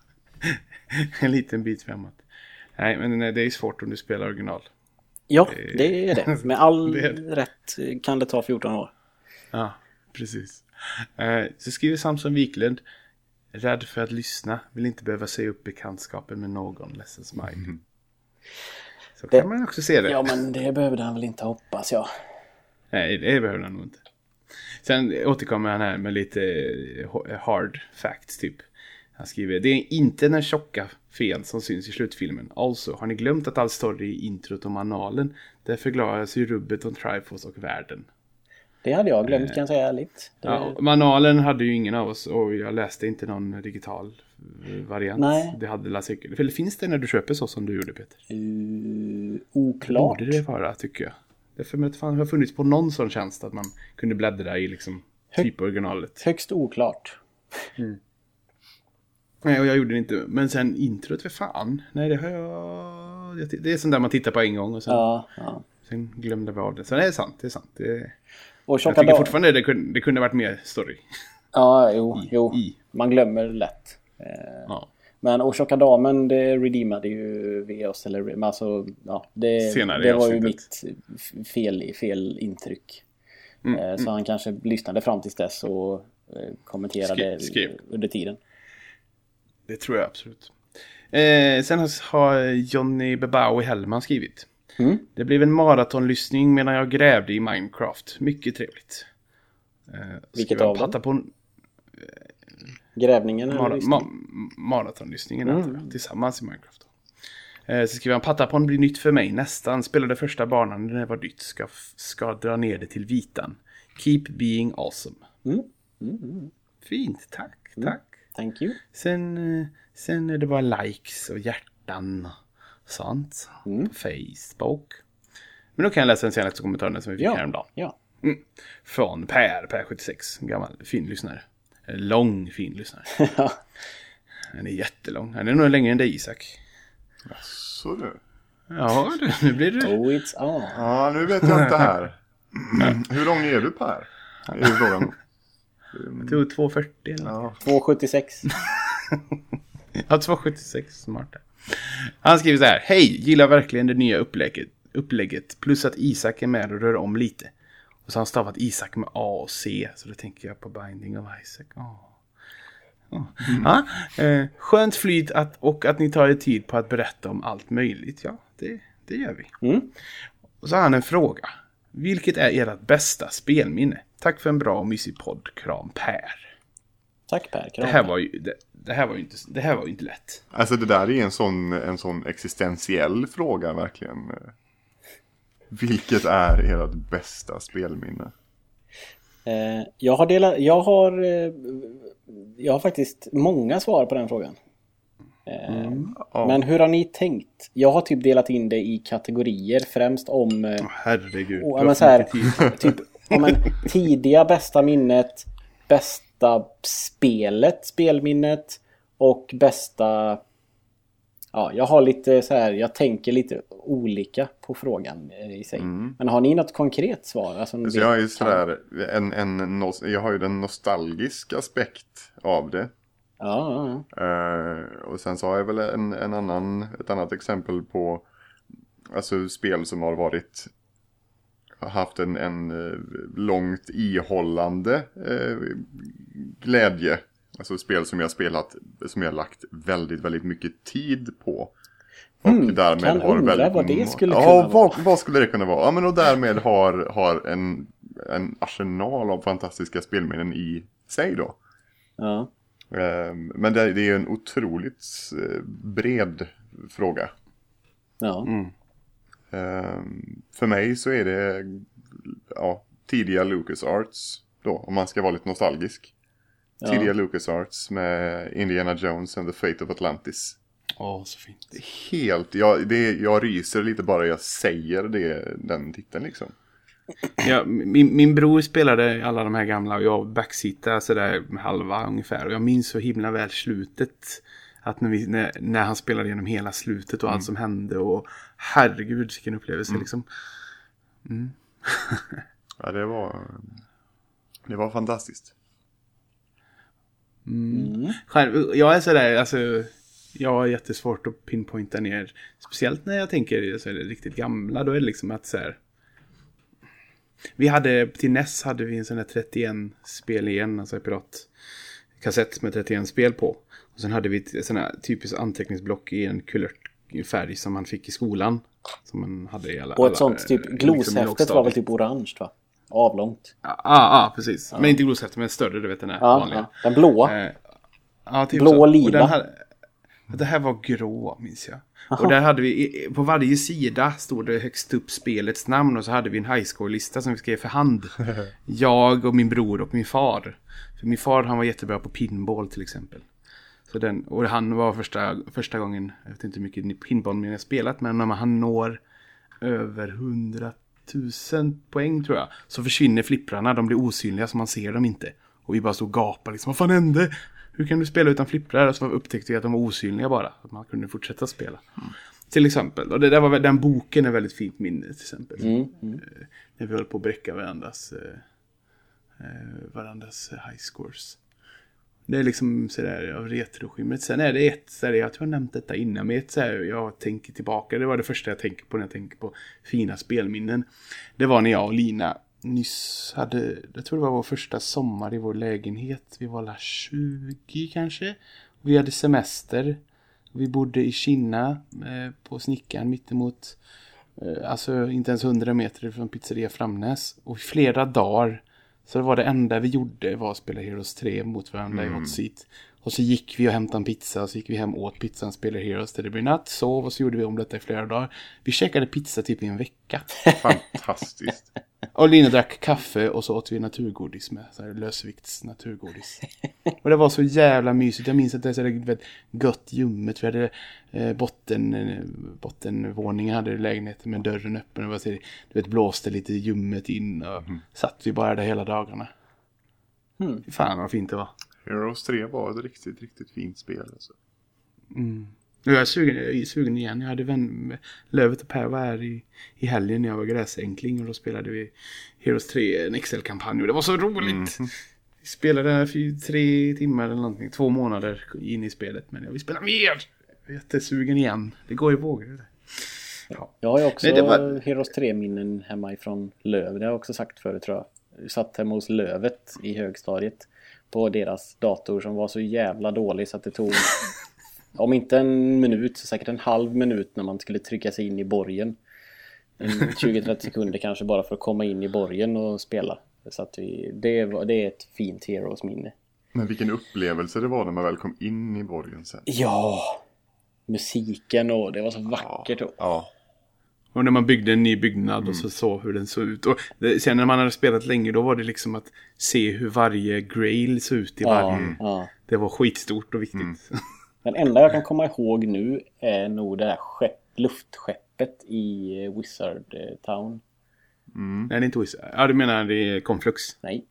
En liten bit framåt. Nej, men det är svårt om du spelar original. Ja, det är det. Med all det rätt kan det ta fjorton år. Ja, precis. Eh, så skriver Samson Wiklund: rädd för att lyssna, vill inte behöva säga upp bekantskapen med någon, ledsen smile. Mm. Så det, kan man också se det. Ja, men det behöver han väl inte, hoppas jag. Nej, det behöver han nog inte. Sen återkommer han här med lite hard facts typ. Han skriver: det är inte den tjocka fel som syns i slutfilmen. Alltså, har ni glömt att all story i introt och manualen? Där förklaras ju rubbet om Triforce och världen. Det hade jag glömt, kan jag säga ärligt. Det... Ja, manualen hade ju ingen av oss och jag läste inte någon digital variant. Nej. Det hade säkert. Eller finns det när du köper så som du gjorde, Peter? Uh, oklart. Det borde det vara, tycker jag. Därför att det har funnits på någon sån tjänst att man kunde bläddra i liksom typ originalet. Högst oklart. Mm. Nej, och jag gjorde det inte. Men sen introt, för fan. Nej, det har jag... Det är sånt där man tittar på en gång och sen, ja, ja. sen glömde vi av det. Så det är sant, det är sant. Det... Och jag tycker fortfarande det kunde, det kunde varit mer story. Ja, jo, I, jo. I. Man glömmer lätt. Eh, ja. Men och Tjocka damen, det redeemade ju vi oss. Eller, alltså, ja, det, Senare det var ju mitt fel, fel intryck. Mm, eh, så mm. han kanske lyssnade fram till dess och eh, kommenterade skrev, skrev. under tiden. Det tror jag absolut. Eh, sen har Johnny Bebaui Hellman skrivit. Mm. Det blev en maratonlyssning medan jag grävde i Minecraft. Mycket trevligt. Eh, Vilket av dem? På en, eh, Grävningen eller mara, ma, Maratonlyssningen mm. tillsammans i Minecraft. Eh, så skriver han: Patapon blir nytt för mig nästan. Spelade första banan när det var nytt. Ska, ska dra ner det till vitan. Keep being awesome. Mm. Mm, mm. Fint, tack, mm. tack. Thank you. Sen, sen är det bara likes och hjärtan och sånt mm. på Facebook. Men då kan jag läsa den senaste kommentaren som vi fick ja. häromdagen. Ja. Mm. Från Per, Per sjuttiosex, en gammal fin lyssnare. En lång fin lyssnare. Ja. Han är jättelång. Han är nog längre än dig, Isak. Så du. Ja, du, nu blir du. Oh, it's on. Ja, nu vet jag inte här. Hur lång är du, Per? Är det frågan? Jag tror två fyrtio eller ja. två sjuttiosex. Ja, två sjuttiosex, smart. Han skriver så här: hej, gillar verkligen det nya upplägget, upplägget. Plus att Isak är med och rör om lite. Och så har han stavat Isak med A och C. Så då tänker jag på Binding of Isaac. Oh. Oh. Mm. Ja, eh, skönt flyt att, och att ni tar er tid på att berätta om allt möjligt. Ja, det, det gör vi. Mm. Och så har han en fråga. Vilket är ert bästa spelminne? Tack för en bra och mysig podd. Kram, Per. Tack, Per. Kram. Det här var ju, det, det här var ju inte, det här var ju inte lätt. Alltså det där är en sån, en sån existentiell fråga verkligen. Vilket är ert bästa spelminne? Eh, jag har delat, jag har eh, jag har faktiskt många svar på den frågan. Eh, mm, ja. Men hur har ni tänkt? Jag har typ delat in det i kategorier, främst om eh, oh, herregud. Och, men så här, typ om men, tidiga bästa minnet, bästa spelet, spelminnet och bästa. Ja, jag har lite så här, jag tänker lite olika på frågan i sig. Mm. Men har ni något konkret svar? Alltså, alltså jag är så där, en, en, jag har ju den nostalgiska aspekt av det. Ja. ja. Uh, och sen så har jag väl en, en annan, ett annat exempel på alltså spel som har varit haft en, en långt ihållande uh, glädje. Alltså spel som jag spelat, som jag lagt väldigt, väldigt mycket tid på. Och mm, därmed kan har undra väldigt vad det skulle ja, kunna vara. Vad, vad skulle det kunna vara? Ja, men och därmed har, har en, en arsenal av fantastiska spelminnen i sig då. Ja. Um, men det, det är ju en otroligt uh, bred fråga. Ja. Mm. Um, för mig så är det ja, tidiga LucasArts då, om man ska vara lite nostalgisk. tidiga LucasArts med Indiana Jones and the Fate of Atlantis. Åh, oh, så fint. Det är helt, jag, det är, jag ryser lite bara jag säger det, den titeln liksom. Ja, min, min bror spelade alla de här gamla och jag backseatade sådär halva ungefär. Och jag minns så himla väl slutet. Att när, vi, när, när han spelade genom hela slutet och mm. allt som hände. Och herregud, vilken upplevelse mm. liksom. Mm. Ja, det var, det var fantastiskt. Mm. Själv, jag är sådär, alltså... Jag har jättesvårt att pinpointa ner. Speciellt när jag tänker så är det riktigt gamla. Då är det liksom att så här... Vi hade, till N E S hade vi en sån här trettioen spel igen. Alltså piratkassett med trettioen spel på. Och sen hade vi ett sån här typiskt anteckningsblock i en kulört färg som man fick i skolan. Som man hade i alla... Och ett alla, sånt typ, gloshäftet liksom var väl typ orange va? Avlångt. Ja, ah, ah, precis. Ja. Men inte gloshäftet, men större, du vet den här ja, vanliga. Ja. Den blåa. Eh, ja, typ blå så. och lila. Det här var grå, minns jag. Aha. Och där hade vi, på varje sida stod det högst upp spelets namn. Och så hade vi en highscore-lista som vi skrev för hand. Jag och min bror och min far. För min far, han var jättebra på pinball till exempel. Så den, och han var första, första gången, jag vet inte hur mycket pinball jag har spelat. Men när han når över hundratusen poäng tror jag. Så försvinner flipprarna, de blir osynliga så man ser dem inte. Och vi bara stod och gapade liksom, vad fan hände? Hur kan du spela utan flipprar? Och så upptäckte vi att de var osynliga bara. Att man kunde fortsätta spela. Mm. Till exempel. Och det där var, den boken är väldigt fint minne till exempel. Mm. Mm. När vi höll på att bräcka varandras, eh, varandras high scores. Det är liksom sådär av retroskimmet. Sen är det ett, sådär, jag tror jag nämnt detta innan. Men ett sådär, jag tänker tillbaka. Det var det första jag tänker på när jag tänker på fina spelminnen. Det var när jag och Lina nyss hade, jag tror det var vår första sommar i vår lägenhet. Vi var alla tjugo kanske. Vi hade semester. Vi bodde i Kina eh, på Snickan mittemot, eh, alltså inte ens hundra meter från pizzeria Framnäs. Och i flera dagar så det var det enda vi gjorde var att spela Heroes tre mot varandra mm. i Hot Seat. Och så gick vi och hämtade en pizza och så gick vi hem åt pizzan, spelade Heroes till det blir natt, sov och så gjorde vi om detta i flera dagar. Vi käkade pizza typ i en vecka. Fantastiskt. Och Lina drack kaffe och så åt vi naturgodis med, så här lösvikts naturgodis. Och det var så jävla mysigt. Jag minns att det är så där gött ljummet. Vi hade eh, botten, eh, bottenvåningen hade lägenheten med dörren öppen. Och var så, du vet, blåste lite ljummet in och mm. satt vi bara där hela dagarna. Mm. Fan vad fint det var. Heroes tre var ett riktigt, riktigt fint spel. Alltså. Mm. Jag är sugen, jag är sugen igen. Jag hade vän med Lövet och Per var här i, i helgen när jag var gräsänkling. Och då spelade vi Heroes tre, en Excel-kampanj. Och det var så roligt. Mm. Vi spelade här för tre timmar eller någonting. Två månader in i spelet. Men jag vill spela mer. Jag är jättesugen igen. Det går i vågor. Ja. Jag har ju också Nej, var... Heroes tre-minnen hemma ifrån Löv. Det har jag också sagt förut tror jag. Jag satt hemma hos Lövet i högstadiet. På deras dator som var så jävla dålig så att det tog... Om inte en minut så säkert en halv minut när man skulle trycka sig in i borgen. tjugo till trettio sekunder kanske bara för att komma in i borgen och spela. Så att vi, det, var, det är ett fint Heroes-minne. Men vilken upplevelse det var när man väl kom in i borgen sen. Ja, musiken och det var så vackert. Ja, ja. Och när man byggde en ny byggnad mm. och så såg hur den såg ut. Och det, sen när man hade spelat länge då var det liksom att se hur varje grail såg ut i ja, varje... Ja. Det var skitstort och viktigt. Mm. Den enda jag kan komma ihåg nu är nog det här skepp, luftskeppet i Wizard Town. Mm. Nej, det är inte Wizard. Ja, du menar det är Conflux? Nej.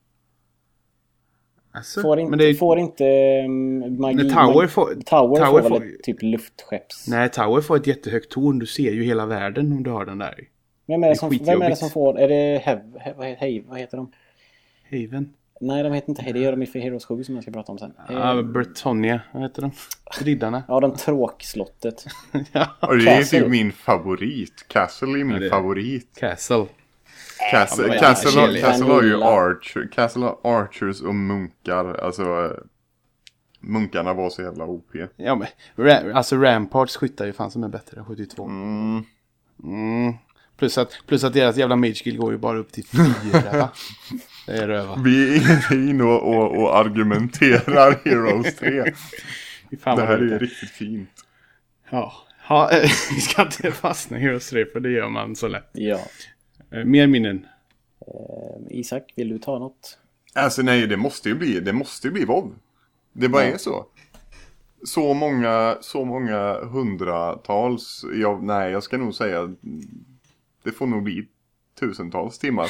Alltså, får inte, men det är... får inte um, magi... Nej, Tower får... Tower, Tower får, får... väl typ luftskepps... Nej, Tower får ett jättehögt torn. Du ser ju hela världen om du har den där. Vem är det, det som, vem är det som får... Är det Hev... Vad, hev, vad heter de? Haven. Nej, de heter inte Hev. Det gör de i för Heroes sju som jag ska prata om sen. Ja, uh, Britannia. Vad heter de? Riddarna. Ja, de tråkslottet. Ja. Och det är typ min favorit. Castle är min ja, det... favorit. Castle. Castle, ja, Castle, har, Castle har ju Archer, Castle har Archers och munkar. Alltså munkarna var så jävla O P. Ja men Ram, alltså Ramparts skyttar ju fan som är bättre än sjuttiotvå. Mm. Mm. Plus att plus att deras jävla mage skill går ju bara upp till fyra. Va? Det är röva. Vi är inne och, och, och argumenterar Heroes tre. Det här är ju riktigt fint. Ja. Ja, vi ska inte fastna Heroes tre för det gör man så lätt. Ja. Mer minnen. Uh, Isak, vill du ta något? Alltså nej, det måste ju bli, det måste ju bli WoW. Det bara är så. Så många, så många hundratals, jag, nej jag ska nog säga, det får nog bli tusentals timmar.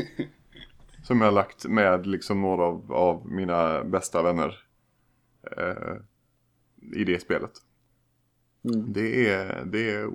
Som jag har lagt med liksom några av, av mina bästa vänner eh, i det spelet. Mm. Det är, det är,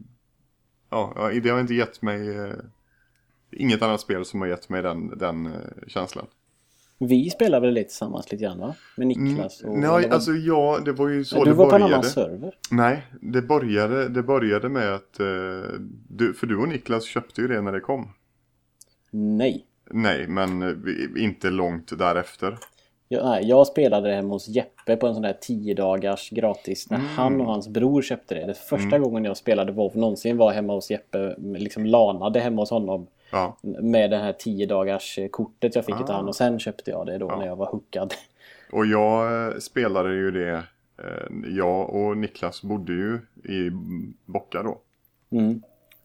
ja, det har inte gett mig, eh, inget annat spel som har gett mig den, den eh, känslan. Vi spelade väl lite tillsammans lite grann va? Med Niklas och... Nej, var... alltså ja, det var ju så men det du var började. på en annan server? Nej, det började, det började med att, eh, du, för du och Niklas köpte ju det när det kom. Nej. Nej, men inte långt därefter. Jag, nej, jag spelade hemma hos Jeppe på en sån där tio dagars gratis när mm. han och hans bror köpte det. Det första mm. gången jag spelade WoW någonsin var hemma hos Jeppe, liksom lanade hemma hos honom. Ja. Med det här tio dagars kortet jag fick ah. av och sen köpte jag det då ja. när jag var hookad. Och jag spelade ju det, jag och Niklas bodde ju i Bocka då. Mm.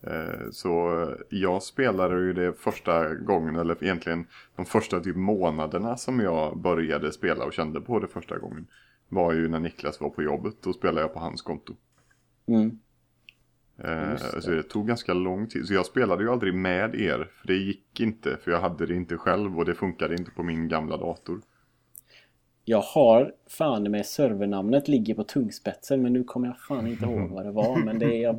Så jag spelade ju det första gången, eller egentligen de första typ månaderna som jag började spela och kände på det första gången var ju när Niklas var på jobbet. Då spelade jag på hans konto. Mm. Eh, så det tog ganska lång tid. Så jag spelade ju aldrig med er. För det gick inte. För jag hade det inte själv. Och det funkade inte på min gamla dator. Jag har fan med servernamnet ligger på tungspetsen. Men nu kommer jag fan inte ihåg vad det var. Men det är, jag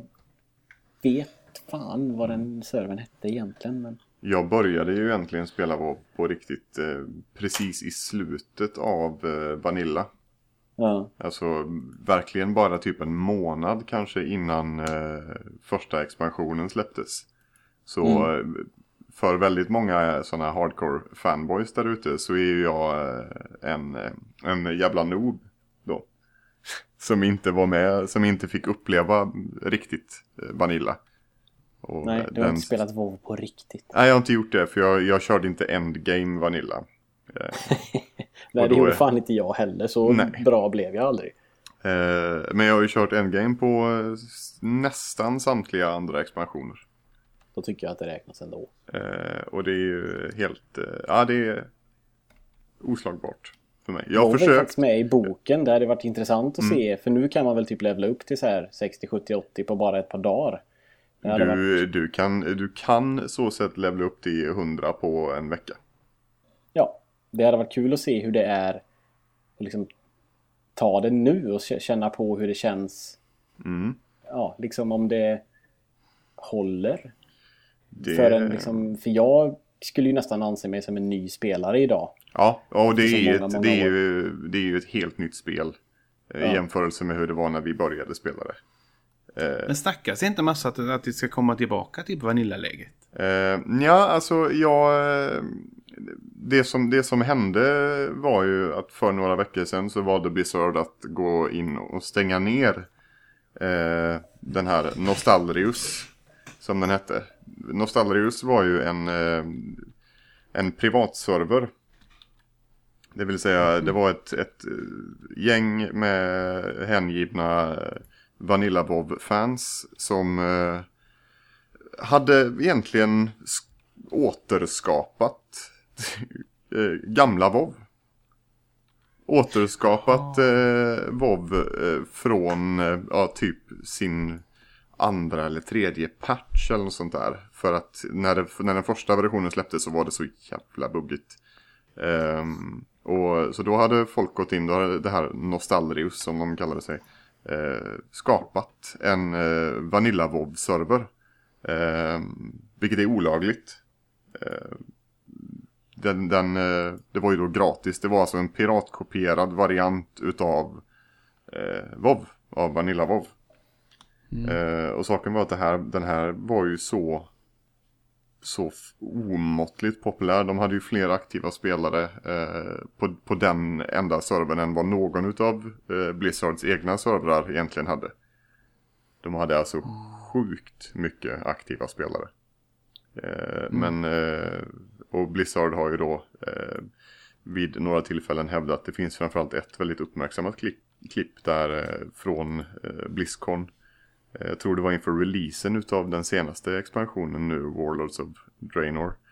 vet fan vad den servern hette egentligen. Men... Jag började ju egentligen spela på, på riktigt eh, precis i slutet av eh, Vanilla. Ja. Alltså verkligen bara typ en månad kanske innan eh, första expansionen släpptes. Så mm. för väldigt många sådana hardcore fanboys där ute så är ju jag eh, en, en jävla noob då. Som inte var med, som inte fick uppleva riktigt eh, Vanilla. Och nej, du har den... inte spelat WoW på riktigt. Nej, jag har inte gjort det för jag, jag körde inte endgame Vanilla. Nej, det gjorde är... fan inte jag heller. Så nej. Bra blev jag aldrig. Eh, men jag har ju kört endgame på nästan samtliga andra expansioner. Då tycker jag att det räknas ändå. Eh, och det är ju helt... Eh, ja, det är oslagbart för mig. Jag har försökt... är faktiskt med i boken. Det hade varit intressant att mm. se. För nu kan man väl typ levla upp till så här sextio, sjuttio, åttio på bara ett par dagar. Du, varit... du, kan, du kan så sätt levla upp till hundra på en vecka. Ja. Det hade varit kul att se hur det är och liksom ta det nu och känna på hur det känns. Mm. Ja, liksom om det håller. Det... För, en, liksom, för jag skulle ju nästan anse mig som en ny spelare idag. Ja, och det är, många, ett, många det, är ju, det är ju ett helt nytt spel ja. I jämförelse med hur det var när vi började spela det. Men snackas inte massa att, att det ska komma tillbaka till vanillaläget? Uh, ja, alltså jag... Det som, det som hände var ju att för några veckor sedan så valde Blizzard att gå in och stänga ner eh, den här Nostalrius som den hette. Nostalrius var ju en, eh, en privatserver. Det vill säga det var ett, ett gäng med hängivna Vanilla WoW-fans som eh, hade egentligen återskapat gamla WoW. Återskapat eh, WoW eh, från eh, ja, typ sin andra eller tredje patch eller något sånt där. För att när, det, när den första versionen släpptes så var det så jävla buggigt. Um, och så då hade folk gått in, då hade det här Nostalrius som de kallade sig, eh, skapat en eh, Vanilla WoW-server. Eh, vilket är olagligt. Eh, Den, den, det var ju då gratis. Det var alltså en piratkopierad variant utav eh, WoW, av Vanilla WoW. Mm. Eh, och saken var att det här, den här var ju så så omåttligt populär. De hade ju fler aktiva spelare eh, på, på den enda servern än vad någon utav eh, Blizzards egna servrar egentligen hade. De hade alltså sjukt mycket aktiva spelare. Eh, mm. Men... Eh, Och Blizzard har ju då eh, vid några tillfällen hävdat att det finns framförallt ett väldigt uppmärksammat klipp, klipp där eh, från eh, BlizzCon. Eh, jag tror det var inför releasen utav den senaste expansionen nu, Warlords of Draenor.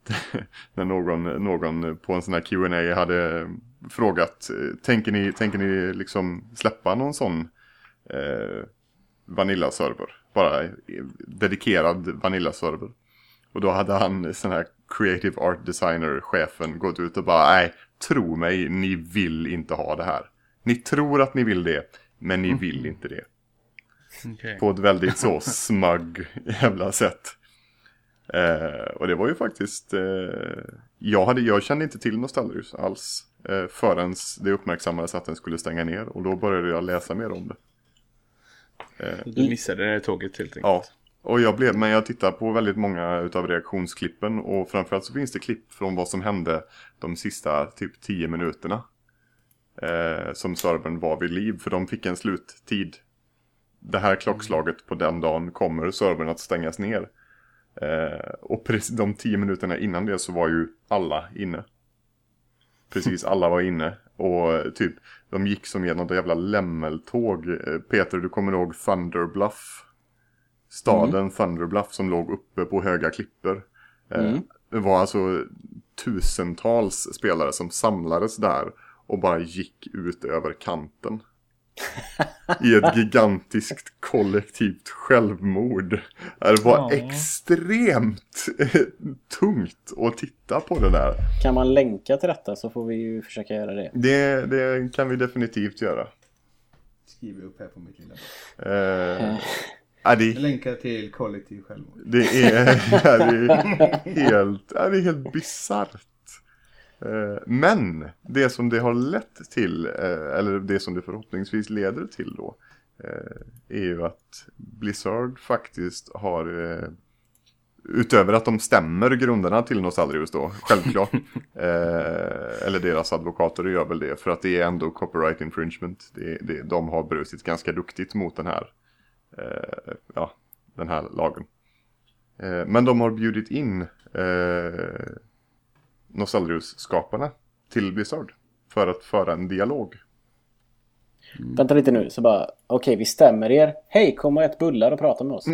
när någon, någon på en sån här Q and A hade frågat, tänker ni, tänker ni liksom släppa någon sån eh, Vanilla-server? Bara dedikerad Vanilla-server. Och då hade han, sån här creative art designer-chefen, gått ut och bara, nej, tro mig, ni vill inte ha det här. Ni tror att ni vill det, men ni vill inte det. Okay. På ett väldigt så smug jävla sätt. Eh, och det var ju faktiskt, eh, jag, hade, jag kände inte till Nostalrius alls. Eh, förrän det uppmärksammades att den skulle stänga ner. Och då började jag läsa mer om det. Eh, du missade det här tåget helt enkelt. Ja. Och jag blev, men jag tittar på väldigt många utav reaktionsklippen. Och framförallt så finns det klipp från vad som hände de sista typ tio minuterna. Eh, som servern var vid liv. För de fick en sluttid. Det här klockslaget på den dagen kommer servern att stängas ner. Eh, och precis de tio minuterna innan det så var ju alla inne. Precis alla var inne. Och typ, de gick som genom ett jävla lämmeltåg. Eh, Peter, du kommer ihåg Thunderbluff? Staden mm. Thunderbluff som låg uppe på höga klippor. Eh, mm. Det var alltså tusentals spelare som samlades där och bara gick ut över kanten. I ett gigantiskt kollektivt självmord. Det var ja. extremt tungt att titta på det där. Kan man länka till detta så får vi ju försöka göra det. Det, det kan vi definitivt göra. Skriver upp här på mitt lilla. Eh, är det... Länkar till kollektiv självmord. Det är, är, det helt, är det helt bizarrt. Men det som det har lett till, eller det som det förhoppningsvis leder till då, är ju att Blizzard faktiskt har, utöver att de stämmer grundarna till Nostalrius då, självklart, eller deras advokater gör väl det, för att det är ändå copyright infringement. Det, det, de har brutit ganska duktigt mot den här, ja, den här lagen. Men de har bjudit in Nostalrius-skaparna till Blizzard för att föra en dialog. Mm. Vänta lite nu, så bara, okej, okay, vi stämmer er. Hej, kom och ät bullar och prata med oss.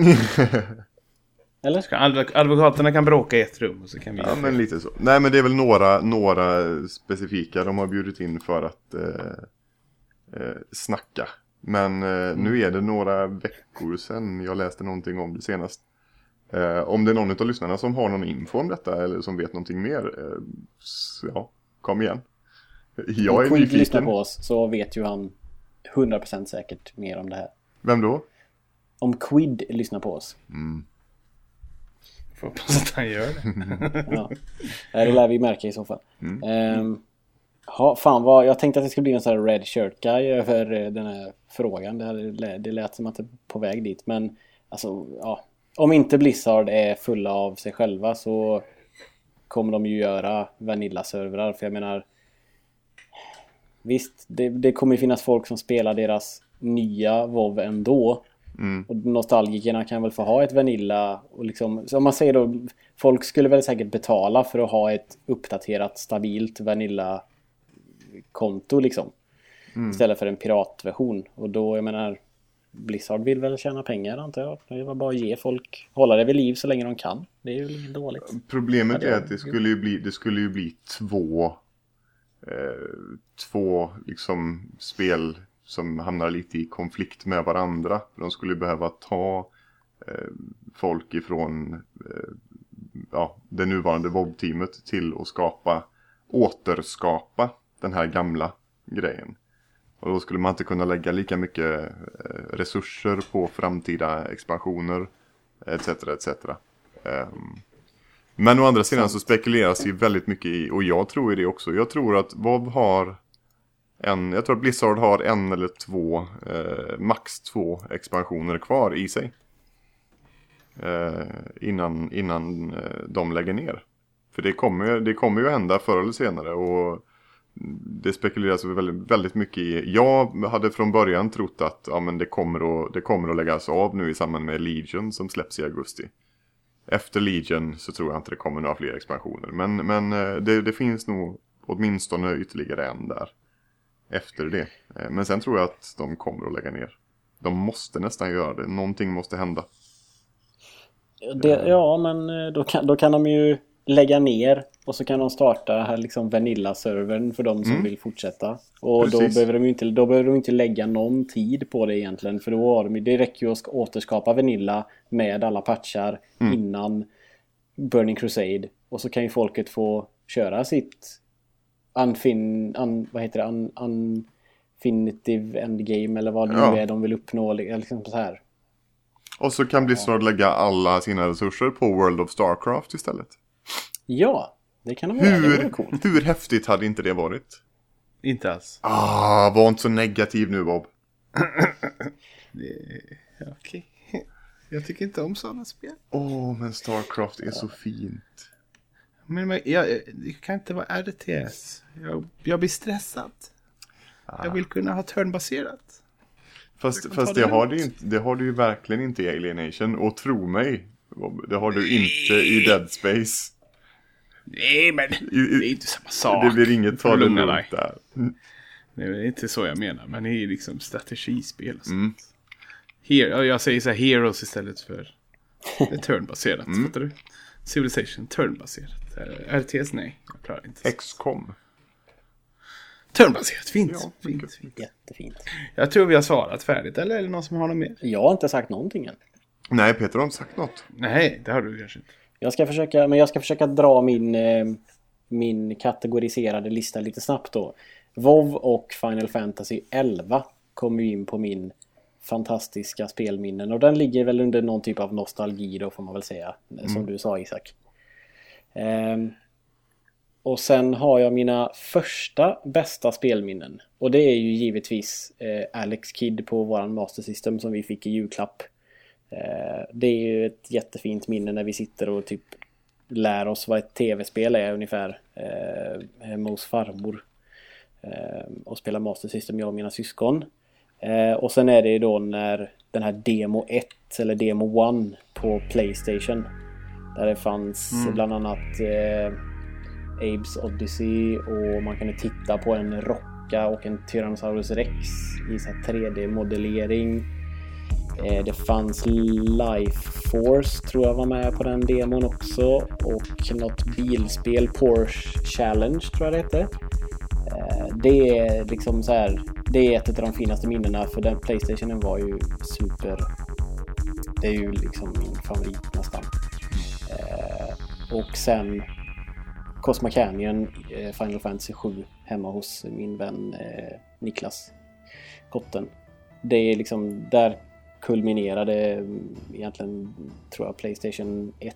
Eller? Ska advok- advokaterna kan bråka i ett rum och så kan vi... Ja, men lite så. Nej, men det är väl några, några specifika de har bjudit in för att eh, eh, snacka. Men eh, nu är det några veckor sedan jag läste någonting om det senast. Eh, om det är någon av lyssnarna som har någon info om detta eller som vet någonting mer, eh, så, ja, kom igen. Jag är nyfiken. Om Quid lyssnar på oss så vet ju han hundra procent säkert mer om det här. Vem då? Om Quid lyssnar på oss. Mm. Får hoppas att han gör det. Ja, det lär vi märka i så fall. Mm. Um, ha, fan vad, jag tänkte att det skulle bli en sån här red shirt guy över den här frågan. Det, hade, det lät som att det är på väg dit. Men alltså, ja. Om inte Blizzard är fulla av sig själva så kommer de ju göra Vanilla-servrar. För jag menar, visst, det, det kommer ju finnas folk som spelar deras nya WoW ändå. Mm. Och nostalgikerna kan väl få ha ett Vanilla. Och liksom, så om man säger då, folk skulle väl säkert betala för att ha ett uppdaterat, stabilt Vanilla-konto liksom. Mm. Istället för en piratversion. Och då, jag menar... Blizzard vill väl tjäna pengar, antar jag. Det var bara att ge folk, hålla det vid liv så länge de kan. Det är ju inget dåligt. Problemet är att det skulle ju bli, det skulle ju bli två eh, två liksom spel som hamnar lite i konflikt med varandra. De skulle behöva ta eh, folk ifrån eh, ja, det nuvarande WoW-teamet till att skapa, återskapa den här gamla grejen. Och då skulle man inte kunna lägga lika mycket resurser på framtida expansioner, et cetera, et cetera. Men å andra sidan så spekuleras ju väldigt mycket i, och jag tror i det också. Jag tror att WoW har en, jag tror att Blizzard har en eller två, eh, max två expansioner kvar i sig. Eh, innan, innan de lägger ner. För det kommer, det kommer ju att hända förr eller senare, och det spekuleras väldigt, väldigt mycket i. Jag hade från början trott att ja, men det, kommer att, det kommer att läggas av nu i samband med Legion som släpps i augusti. Efter Legion så tror jag inte det kommer några fler expansioner. Men, men det, det finns nog åtminstone ytterligare en där efter det. Men sen tror jag att de kommer att lägga ner. De måste nästan göra det. Någonting måste hända. Det, ja, men då kan, då kan de ju lägga ner och så kan de starta liksom Vanilla-servern för de som mm. vill fortsätta. Och då behöver, de inte, då behöver de inte lägga någon tid på det egentligen. För då har de, det räcker ju att återskapa Vanilla med alla patchar mm. innan Burning Crusade. Och så kan ju folket få köra sitt unfin, un, vad heter det? Un, Unfinitive Endgame eller vad det ja. nu är de vill uppnå. Liksom så här. Och så kan Blizzard ja. lägga alla sina resurser på World of Starcraft istället. Ja, det kan de göra. Hur, hur häftigt hade inte det varit? Inte alls. Ah, var inte så negativ nu, Bob. Okej. Okay. Jag tycker inte om sådana spel. Åh, oh, men Starcraft är ja. så fint. Men, men jag, det kan inte vara R T S. Jag, jag blir stressad. Ah. Jag vill kunna ha turnbaserat. Fast, fast det, det, har du inte, det har du ju verkligen inte i Alienation. Och tro mig, Bob, det har du inte i Dead Space. Nej, men det är inte samma sak. Det blir inget ta det lugnt där. Nej, det är inte så jag menar. Men det är liksom strategispel och sånt. Mm. Her- jag säger så här, Heroes istället för det är turnbaserat. Mm. Fattar du? Civilization, turnbaserat. R T S, nej. Jag klarar inte. X COM. Turnbaserat, fint. Ja, fint, fint. Jättefint. Jag tror vi har svarat färdigt, eller är det någon som har något mer? Jag har inte sagt någonting än. Nej, Peter har inte sagt något. Nej, det har du kanske inte. Jag ska försöka, men jag ska försöka dra min, eh, min kategoriserade lista lite snabbt då. WoW och Final Fantasy elva kommer ju in på min fantastiska spelminnen. Och den ligger väl under någon typ av nostalgi då, får man väl säga. Mm. Som du sa, Isak. Um, och sen har jag mina första bästa spelminnen. Och det är ju givetvis eh, Alex Kidd på våran Master System som vi fick i julklapp. Eh, det är ju ett jättefint minne när vi sitter och typ lär oss vad ett tv-spel är ungefär. Eh, hemma hos farmor. Eh, och spelar Master System, jag och mina syskon. Eh, och sen är det då när den här Demo ett eller Demo ett på PlayStation. Där det fanns mm. bland annat eh, Abe's Odyssey och man kunde titta på en rocka och en Tyrannosaurus Rex i så här tre D-modellering. Eh, det fanns Life Force tror jag var med på den demon också. Och något bilspel, Porsche Challenge tror jag det hette. Eh, det är liksom så här, det är ett av de finaste minnena för den PlayStationen var ju super. Det är ju liksom min favorit nästan. Eh, och sen Cosmo Canyon, eh, Final Fantasy sju hemma hos min vän eh, Niklas Kotten. Det är liksom, där kulminerade egentligen tror jag PlayStation ett.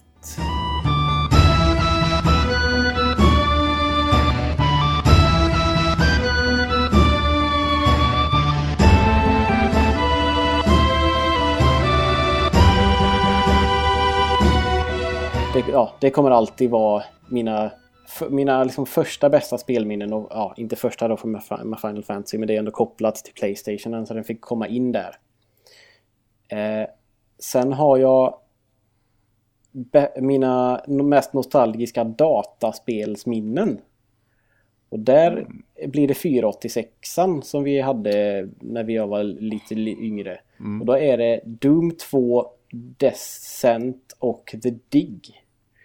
Det, ja, det kommer alltid vara mina, f- mina liksom första bästa spelminnen. Och, ja, inte första då för med Final Fantasy, men det är ändå kopplat till PlayStation så den fick komma in där. Eh, sen har jag be- mina mest nostalgiska dataspelsminnen. Och där mm. blir det fyra åttiosex som vi hade när vi var lite yngre. Mm. Och då är det Doom två, Descent och The Dig.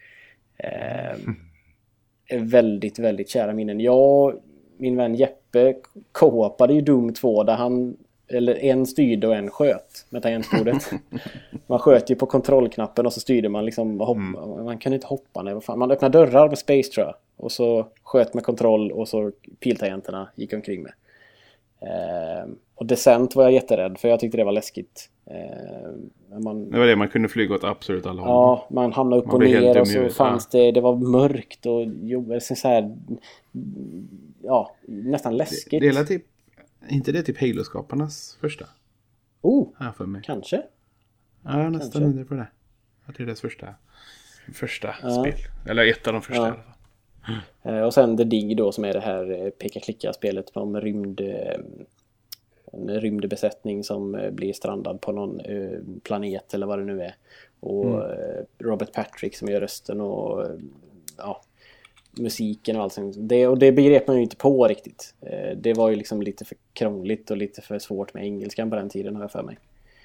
Eh, är väldigt, väldigt kära minnen. Jag, min vän Jeppe co-opade ju Doom två där han, eller en styrde och en sköt med tangentbordet. Man sköt ju på kontrollknappen och så styrde man liksom hoppa, mm. man kan inte hoppa, nej, vad fan. Man öppnade dörrar med space tror jag. Och så sköt med kontroll och så piltangenterna gick omkring med. Eh, och Descent var jag jätterädd för jag tyckte det var läskigt. Eh, man, det var det, man kunde flyga åt absolut alla håll. Ja, man hamnade upp man och ner och så fanns ja. det, det var mörkt och jo, så här, ja, nästan läskigt. Det, det är typ, inte det typ Halo-skaparnas första? Oh, här för mig. Kanske. Ja, jag nästan undrar på det. Jag tror det är deras första, första ja. spel. Eller ett av de första ja. i alla fall. Mm. Och sen The Dig då som är det här peka-klicka-spelet om rymd, en rymdbesättning som blir strandad på någon planet eller vad det nu är. Och mm. Robert Patrick som gör rösten och ja, musiken och allt sånt. Det, och det begrep man ju inte på riktigt. Det var ju liksom lite för krångligt och lite för svårt med engelskan på den tiden har jag för mig.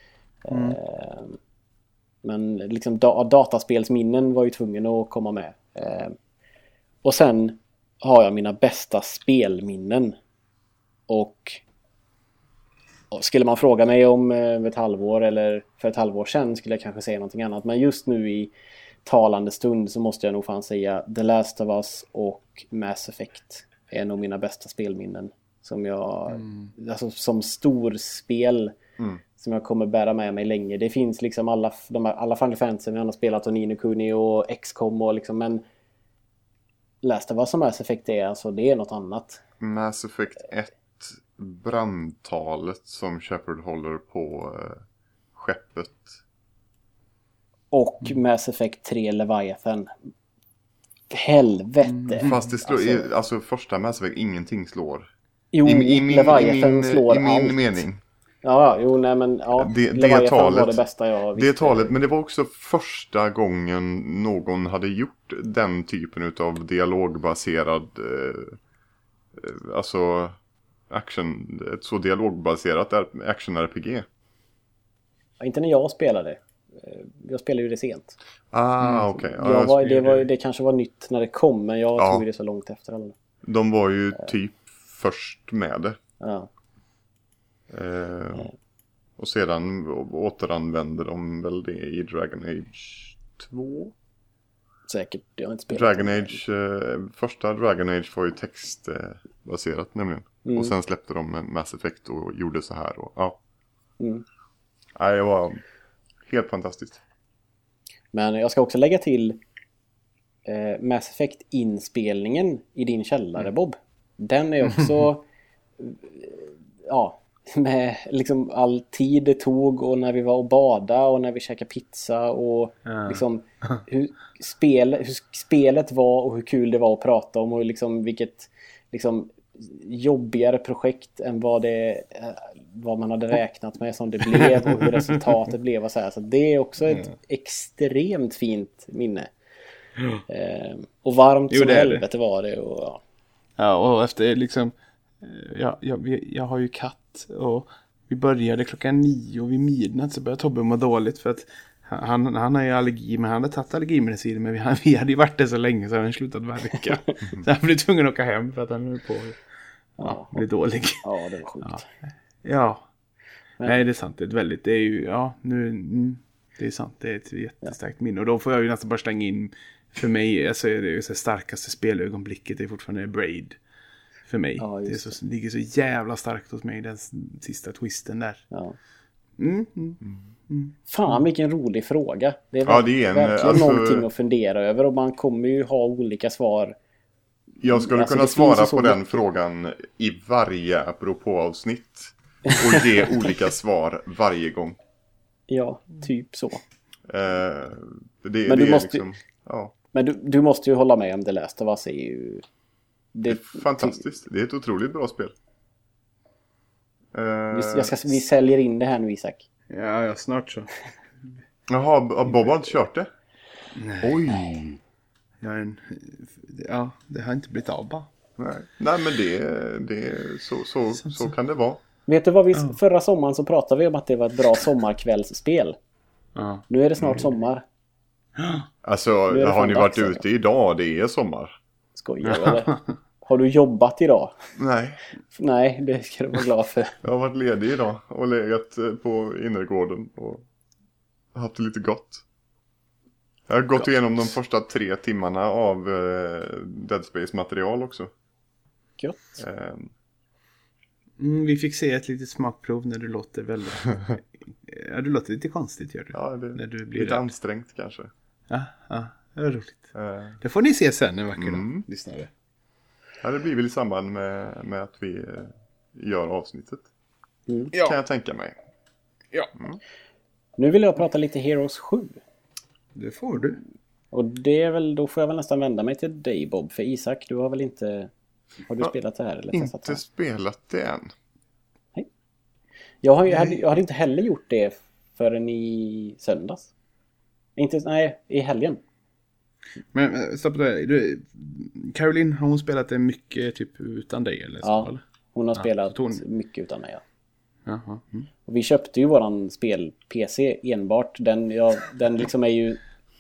Mm. Men liksom da- dataspelsminnen var ju tvungen att komma med. Eh, och sen har jag mina bästa spelminnen. Och, och skulle man fråga mig om eh, ett halvår eller för ett halvår sedan skulle jag kanske säga någonting annat. Men just nu i talande stund så måste jag nog fan säga The Last of Us och Mass Effect är nog mina bästa spelminnen. Som jag, mm. alltså som storspel mm. som jag kommer bära med mig länge. Det finns liksom alla, de här, alla Final Fantasy vi har spelat och Ni no Kuni och X COM och liksom, men Last of Us och Mass Effect är alltså, det är något annat. Mass Effect ett, brandtalet som Shepard håller på äh, skeppet. Och mm. Mass Effect tre Leviathan. Helvete. Mm. Fast det slår, alltså, alltså första Mass Effect, ingenting slår. Jo, I, i min, Leviathan i min, slår i min allt. mening. Ja, jo, nej men ja, det, det Leviathan talet, var det bästa jag visste. Det talet, men det var också första gången någon hade gjort den typen av dialogbaserad eh, alltså action, ett så dialogbaserat action-R P G. Ja, inte när jag spelade. Jag spelade ju det sent. Ah, mm. okej. Okay. Ja, det, var, det kanske var nytt när det kom, men jag ja. tog det så långt efter. Eller? De var ju typ först med det. Ja. Eh, ja. Och sedan återanvände de väl det i Dragon Age två? Säkert, jag har inte spelat. Dragon Age, eh, första Dragon Age var ju textbaserat eh, nämligen. Mm. Och sen släppte de Mass Effect och gjorde så här. Och, ja. Mm. Nej, det var helt fantastiskt. Men jag ska också lägga till eh, Mass Effect-inspelningen i din källare, mm. Bob. Den är också ja, med liksom all tid det tog och när vi var och bada och när vi käkade pizza och mm. liksom hur, spel, hur spelet var och hur kul det var att prata om och liksom vilket liksom jobbigare projekt än vad det vad man hade räknat med som det blev och hur resultatet blev och så här. Så det är också ett mm. extremt fint minne. Mm. Eh, och varmt jo, som helvete var det och ja. Ja, och efter liksom ja, jag, jag har ju katt och vi började klockan nio och vid midnatt så började Tobbe må dåligt för att han, han har ju allergi, men han hade tagit allergimedicin, men vi, vi hade ju varit det så länge så han hade slutat verka. Så han blev tvungen att åka hem för att han höll på ja, ja, bli dålig. Ja, det var sjukt. Ja, ja. Nej, det är sant. Det är väldigt, det är ju, ja, nu, mm, det är sant. Det är ett jättestarkt ja. minne. Och då får jag ju nästan bara slänga in, för mig, alltså det är ju det starkaste spelögonblicket är fortfarande Braid. För mig. Ja, det, är så, det ligger så jävla starkt hos mig, den sista twisten där. Ja. Mm, mm, mm. Fan, vilken rolig fråga. Det är, ja, det är en, verkligen alltså, någonting att fundera över och man kommer ju ha olika svar. Jag skulle alltså, kunna svara på den mycket. frågan i varje apropå-avsnitt och ge olika svar varje gång. Ja, typ så. Uh, det, men det du måste liksom, ju, ja. Men du, du måste ju hålla med om The Last of Us är ju... Det är fantastiskt. Det är ett otroligt bra spel. Uh, vi, jag ska, vi säljer in det här nu, Isak. Ja, ja snart så. Jaha, Bob har inte kört det? Nej. Oj. Jag är en, ja, det har inte blivit av bara. Nej, Nej men det, det så, så, så, så kan det vara. Vet du vad vi, ja. förra sommaren så pratade vi om att det var ett bra sommarkvällsspel. Ja. Nu är det snart mm. sommar. Alltså, har ni varit ute idag? Det är sommar. Skojar eller? Har du jobbat idag? Nej. Nej, det ska du vara glad för. Jag har varit ledig idag och legat på innergården och haft det lite gott. Jag har gått gott. igenom de första tre timmarna av uh, Dead Space-material också. Gött. Um. Mm, vi fick se ett litet smakprov när du låter väldigt... ja, du låter lite konstigt, gör du. Ja, det när du blir lite rädd. ansträngt kanske. Ja, ja, det är roligt. Uh. Det får ni se sen en vacker dag, mm. lyssnare. Ja, det blir väl i samband med, med att vi uh, gör avsnittet. Mm. Ja. Kan jag tänka mig. Ja. Mm. Nu vill jag prata lite Heroes sju. Det får du. Och det är väl, då får jag väl nästan vända mig till dig, Bob. För Isak, du har väl inte... Har du ja, spelat det här? Eller inte det här? spelat det än. Nej. Jag, har, jag, hade, jag hade inte heller gjort det förrän i söndags. Inte, nej, i helgen. Men stopp där. Du, Caroline, har hon spelat det mycket typ utan dig? Eller så, ja, eller? hon har ja, spelat hon... mycket utan mig, ja. Jaha. Mm. Och vi köpte ju våran spel-P C enbart. Den, ja, den liksom är ju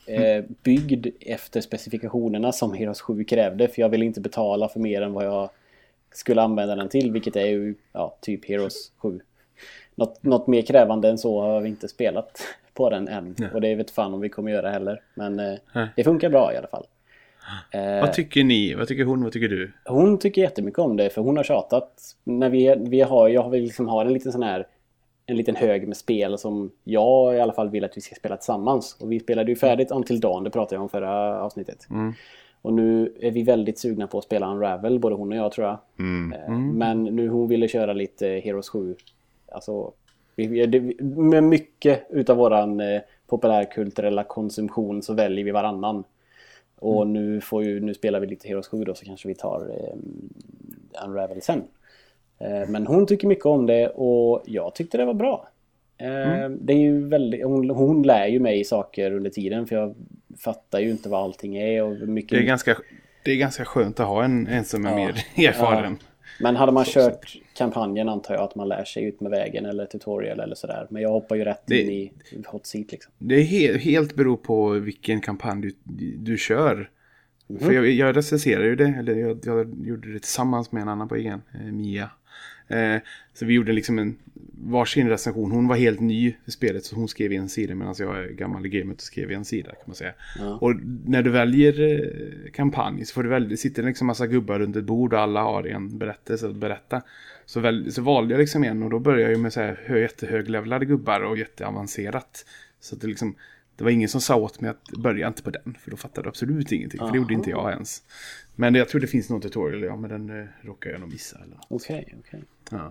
eh, byggd efter specifikationerna som Heroes sju krävde. För jag ville inte betala för mer än vad jag skulle använda den till. Vilket är ju ja, typ Heroes sju. Något, något mer krävande än så har vi inte spelat på den än. Nej. Och det vet fan om vi kommer göra heller. Men eh, det funkar bra i alla fall. Eh, vad tycker ni? Vad tycker hon? Vad tycker du? Hon tycker jättemycket om det. För hon har tjatat. När vi, vi har, jag har liksom har en liten sån här en liten hög med spel som jag i alla fall vill att vi ska spela tillsammans. Och vi spelade ju färdigt Until Dawn, det pratade jag om förra avsnittet. Mm. Och nu är vi väldigt sugna på att spela Unravel, både hon och jag tror jag. Mm. Mm. Men nu hon ville köra lite Heroes sju. Alltså, vi, det, med mycket utav våran eh, populärkulturella konsumtion så väljer vi varannan. Och mm. nu, får ju, nu spelar vi lite Heroes sju då, så kanske vi tar eh, Unravel sen. Men hon tycker mycket om det och jag tyckte det var bra. Mm. Det är ju väldigt, hon, hon lär ju mig saker under tiden för jag fattar ju inte vad allting är. Och mycket... det, är ganska, det är ganska skönt att ha en, en som är ja. mer erfaren. Ja. Men hade man kört kampanjen antar jag att man lär sig ut med vägen eller tutorial eller sådär. Men jag hoppar ju rätt det, in i hot seat liksom. Det är helt, helt beror på vilken kampanj du, du kör. Mm. För jag, jag recenserar ju det, eller jag, jag gjorde det tillsammans med en annan på egen, eh, Mia. Eh, så vi gjorde liksom en varsin recension. Hon var helt ny i spelet så hon skrev en sida medan jag är gammal i gamet och skrev en sida kan man säga. Ja. Och när du väljer eh, kampanj så får du välja, det sitter liksom massa gubbar runt ett bord och alla har en berättelse att berätta. Så, väl, så valde jag liksom en och då började jag ju med så här jättehöglevlade gubbar och jätteavancerat. Så det liksom det var ingen som sa åt mig att börja inte på den. För då fattade jag absolut ingenting. För det gjorde inte jag ens. Men jag tror det finns någon tutorial. Ja, men den eh, råkar jag nog missa. Okej, okej. Okay, okay. Ja.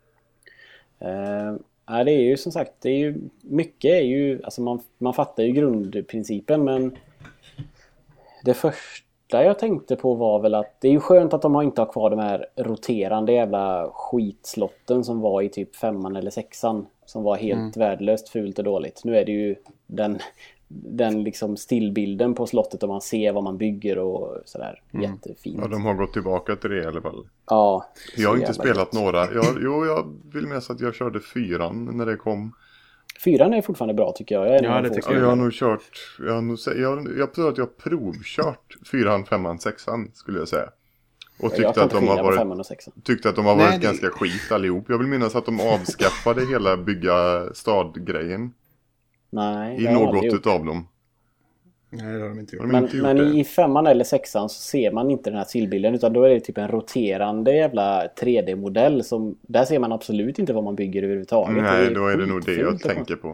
Uh, ja, det är ju som sagt. Det är ju, mycket är ju... Alltså man, man fattar ju grundprincipen. Men det första jag tänkte på var väl att... Det är ju skönt att de har inte har kvar de här roterande jävla skitslotten som var i typ femman eller sexan. Som var helt mm. värdelöst, fult och dåligt. Nu är det ju den, den liksom stillbilden på slottet och man ser vad man bygger och sådär. Mm. Jättefint. Ja, de har gått tillbaka till det i alla fall. Ja. Jag har inte spelat gott. några. Jag, jo, jag vill minnas att jag körde fyran när det kom. Fyran är fortfarande bra tycker jag. Jag, är ja, det tycker jag. jag har nog kört... Jag, har nog, jag, jag tror att jag har provkört fyran, femman, sexan skulle jag säga. Och tyckte att, de har varit, tyckte att de har varit Nej, ganska det... skit allihop. Jag vill minnas att de avskaffade hela bygga stadgrejen. Nej, I något utav dem. Nej, det har de inte gjort. De men inte gjort men det. I femman eller sexan så ser man inte den här stillbilden. Utan då är det typ en roterande jävla tre D-modell. Som, där ser man absolut inte vad man bygger överhuvudtaget. Nej, då är det nog det jag tänker på.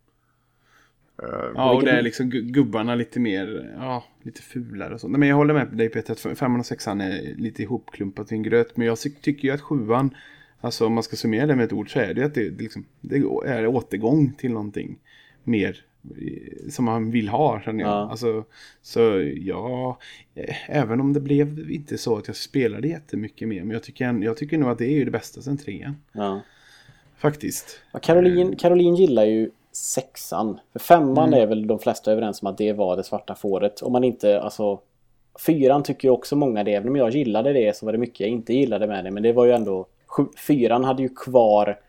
Uh, ja, och det är liksom gubbarna lite mer, ja, lite fulare och så. Men jag håller med dig Peter att femman och sexan är lite ihopklumpat i en gröt. Men jag tycker ju att sjuan, alltså om man ska summera det med ett ord så är det att det, liksom, det är återgång till någonting mer som man vill ha. Ja. Alltså, så ja, även om det blev inte så att jag spelade jättemycket mer. Men jag tycker, jag tycker nog att det är ju det bästa sen trean. Ja. Faktiskt. Ja, Caroline, Caroline gillar ju sexan. För femman mm. är väl de flesta överens om att det var det svarta fåret. Om man inte, alltså... Fyran tycker ju också många det. Även om jag gillade det så var det mycket jag inte gillade med det. Men det var ju ändå... Fyran hade ju kvar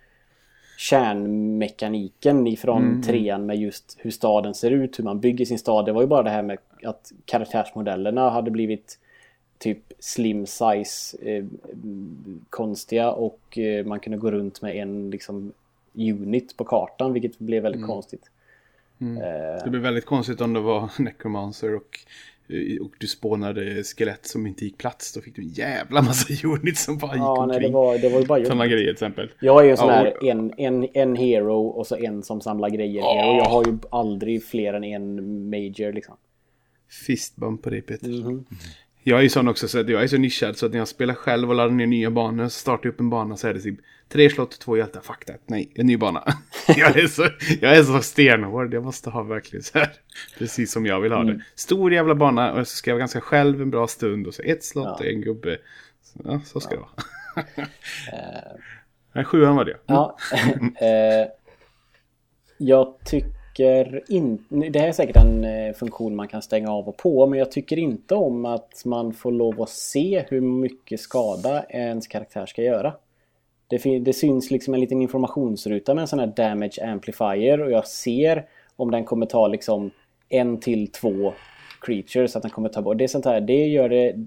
kärnmekaniken ifrån mm. trean med just hur staden ser ut. Hur man bygger sin stad. Det var ju bara det här med att karaktärsmodellerna hade blivit typ slim size eh, konstiga. Och eh, man kunde gå runt med en liksom... unit på kartan, vilket blev väldigt mm. konstigt. Mm. Uh, det blev väldigt konstigt om det var necromancer och, och du spånade skelett som inte gick plats. Då fick du en jävla massa units som bara gick ja, omkring. Nej, det var, det var ju bara sådana grejer till exempel. Jag är ju en sån ja, här, och... en, en, en hero och så en som samlar grejer. Oh. Och jag har ju aldrig fler än en major liksom. Fistbump på det, Peter. Mm-hmm. Jag är ju sån också så att jag är så nischad så att när jag spelar själv och laddar ner nya banor så startar jag upp en bana så är det typ tre slott, två hjältar, fuck that. Nej, en ny bana. jag, är så, jag är så stenhård, jag måste ha verkligen så här precis som jag vill ha det. Mm. Stor jävla bana och så ska jag vara ganska själv en bra stund och så ett slott ja. och en gubbe. Så, ja, så ska ja. det vara. Nej, sjuan var det. Mm. Ja, eh, jag tycker In, det här är säkert en eh, funktion man kan stänga av och på, men jag tycker inte om att man får lov att se hur mycket skada ens karaktär ska göra. Det, fin- det syns liksom en liten informationsruta med en sån här damage amplifier och jag ser om den kommer ta liksom en till två creatures att den kommer ta bort. Det är sånt här, det gör det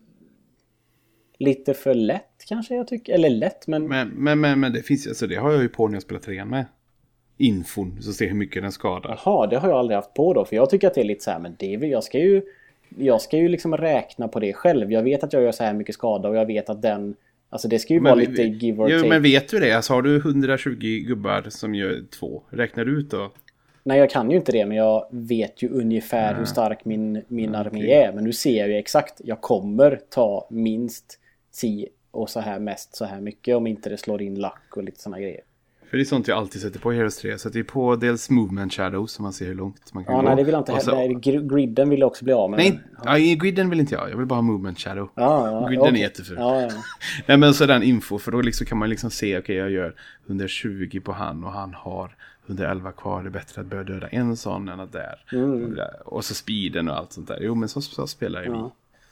lite för lätt kanske jag tycker. Eller lätt, men... Men, men, men, men det finns alltså det har jag ju på när jag spelar trean med. Infon, så ser hur mycket den skadar. Jaha, det har jag aldrig haft på då. För jag tycker att det är lite så här, men det är, jag ska ju... Jag ska ju liksom räkna på det själv. Jag vet att jag gör så här mycket skada och jag vet att den... Alltså det ska ju men, vara lite give or jo, take. Men vet du det? Alltså har du hundratjugo gubbar som gör två? Räknar du ut då? Nej, jag kan ju inte det, men jag vet ju ungefär mm. hur stark min, min armé okay. är. Men nu ser jag ju exakt. Jag kommer ta minst si och så här mest så här mycket om inte det slår in lack och lite såna grejer. För det är sånt jag alltid sätter på Heroes tre. Så det är på dels movement shadows så man ser hur långt man kan ja, gå. Nej, det vill jag inte heller. Så... Griden vill jag också bli av med. Nej, ja. Ja, griden vill inte jag. Jag vill bara ha movement shadow. Ja, ja, griden okay. är jätteful. Ja, ja. Nej, men så den info. För då liksom kan man liksom se, okej okay, jag gör hundratjugo på han och han har hundraelva kvar. Det är bättre att börja döda en sån än att där. Mm. Och så speeden och allt sånt där. Jo, men så, så spelar ju ja. vi.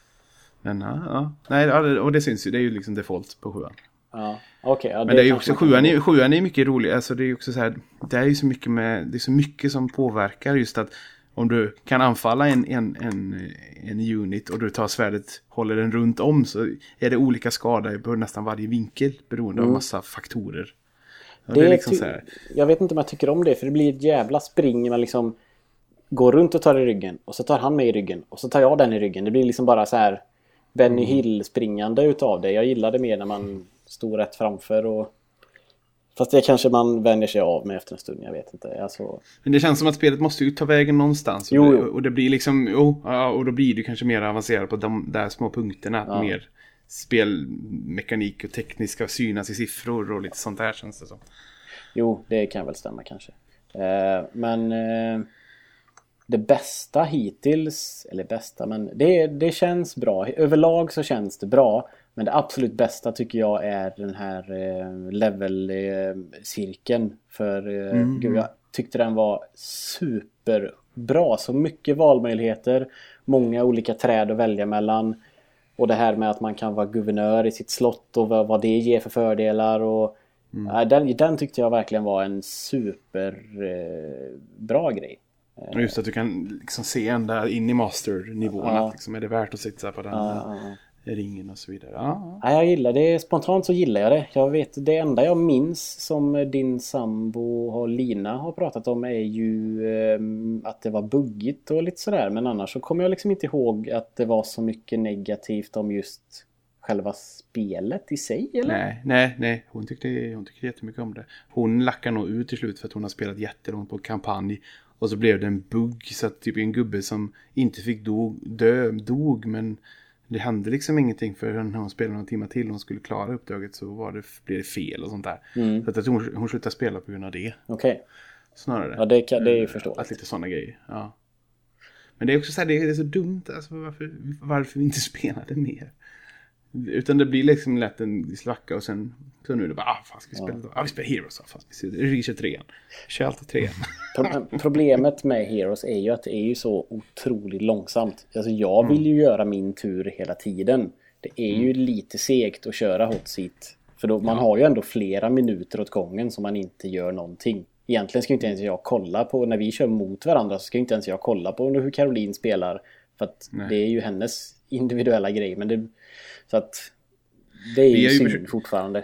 Men ja, ja. Nej, och det syns ju. Det är ju liksom default på sjuan. Ja, okay, ja, det men det är ju också sjuan är, sjuan är mycket rolig. Alltså det är ju också så här, det är ju så mycket med det är så mycket som påverkar just att om du kan anfalla en en en en unit och du tar svärdet håller den runt om så är det olika skador på nästan varje vinkel beroende mm. av massa faktorer. Det, det är liksom ty- så här. Jag vet inte om jag tycker om det för det blir ett jävla spring man liksom går runt och tar i ryggen och så tar han mig i ryggen och så tar jag den i ryggen. Det blir liksom bara så här Benny Hill springande utav det. Jag gillar det mer när man står rätt framför och fast det kanske man vänjer sig av med efter en stund, jag vet inte. Alltså... Men det känns som att spelet måste ju ta vägen någonstans. Jo, och, det, jo. och det blir liksom jo, och då blir det kanske mer avancerat på de där små punkterna. Ja. Mer spelmekanik och tekniska synas i siffror och lite sånt där känns det som. Jo, det kan väl stämma kanske. Eh, men eh, det bästa hittills, eller bästa, men det, det känns bra. Överlag så känns det bra. Men det absolut bästa tycker jag är den här eh, level-cirkeln. Eh, för eh, mm. gud, jag tyckte den var superbra. Så mycket valmöjligheter. Många olika träd att välja mellan. Och det här med att man kan vara guvernör i sitt slott. Och vad, vad det ger för fördelar. Och, mm. eh, den, den tyckte jag verkligen var en superbra eh, grej. Just att du kan liksom se en där in i master-nivån. Ja. Liksom, är det värt att sitta på den ja, ja, ja. ringen och så vidare. Ja. Ja, jag gillar det. Spontant så gillar jag det. Jag vet, det enda jag minns som din sambo och Lina har pratat om är ju eh, att det var buggigt och lite sådär. Men annars så kommer jag liksom inte ihåg att det var så mycket negativt om just själva spelet i sig, eller? Nej, nej, nej. Hon tyckte, hon tyckte jättemycket om det. Hon lackar nog ut till slut för att hon har spelat jättelångt på kampanj. Och så blev det en bugg så att typ en gubbe som inte fick dog, dö, dog. Men det hände liksom ingenting för när hon spelade någon timme till och hon skulle klara uppdraget så var det, blev det fel och sånt där. Mm. Så att hon, hon slutade spela på grund av det. Okej. Okay. Snarare. Ja, det, kan, det är ju förståeligt. Att lite sådana grejer, ja. Men det är också så här, det är så dumt. Alltså, varför, varför vi inte spelade mer? Utan det blir liksom lätt en svacka och sen så nu är det bara, ah, fan ska vi spela då? Ah, vi spelar Heroes, ah, fan ska vi kör trean. Kör alltid trean. Problemet med Heroes är ju att det är ju så otroligt långsamt. Alltså jag vill ju mm. göra min tur hela tiden. Det är ju mm. lite segt att köra hot seat. För då, man har ju ändå flera minuter åt gången som man inte gör någonting. Egentligen ska inte ens jag kolla på, när vi kör mot varandra så ska inte ens jag kolla på hur Caroline spelar. För att Nej. det är ju hennes individuella grej. Men det, så att det är ju synd ju fortfarande.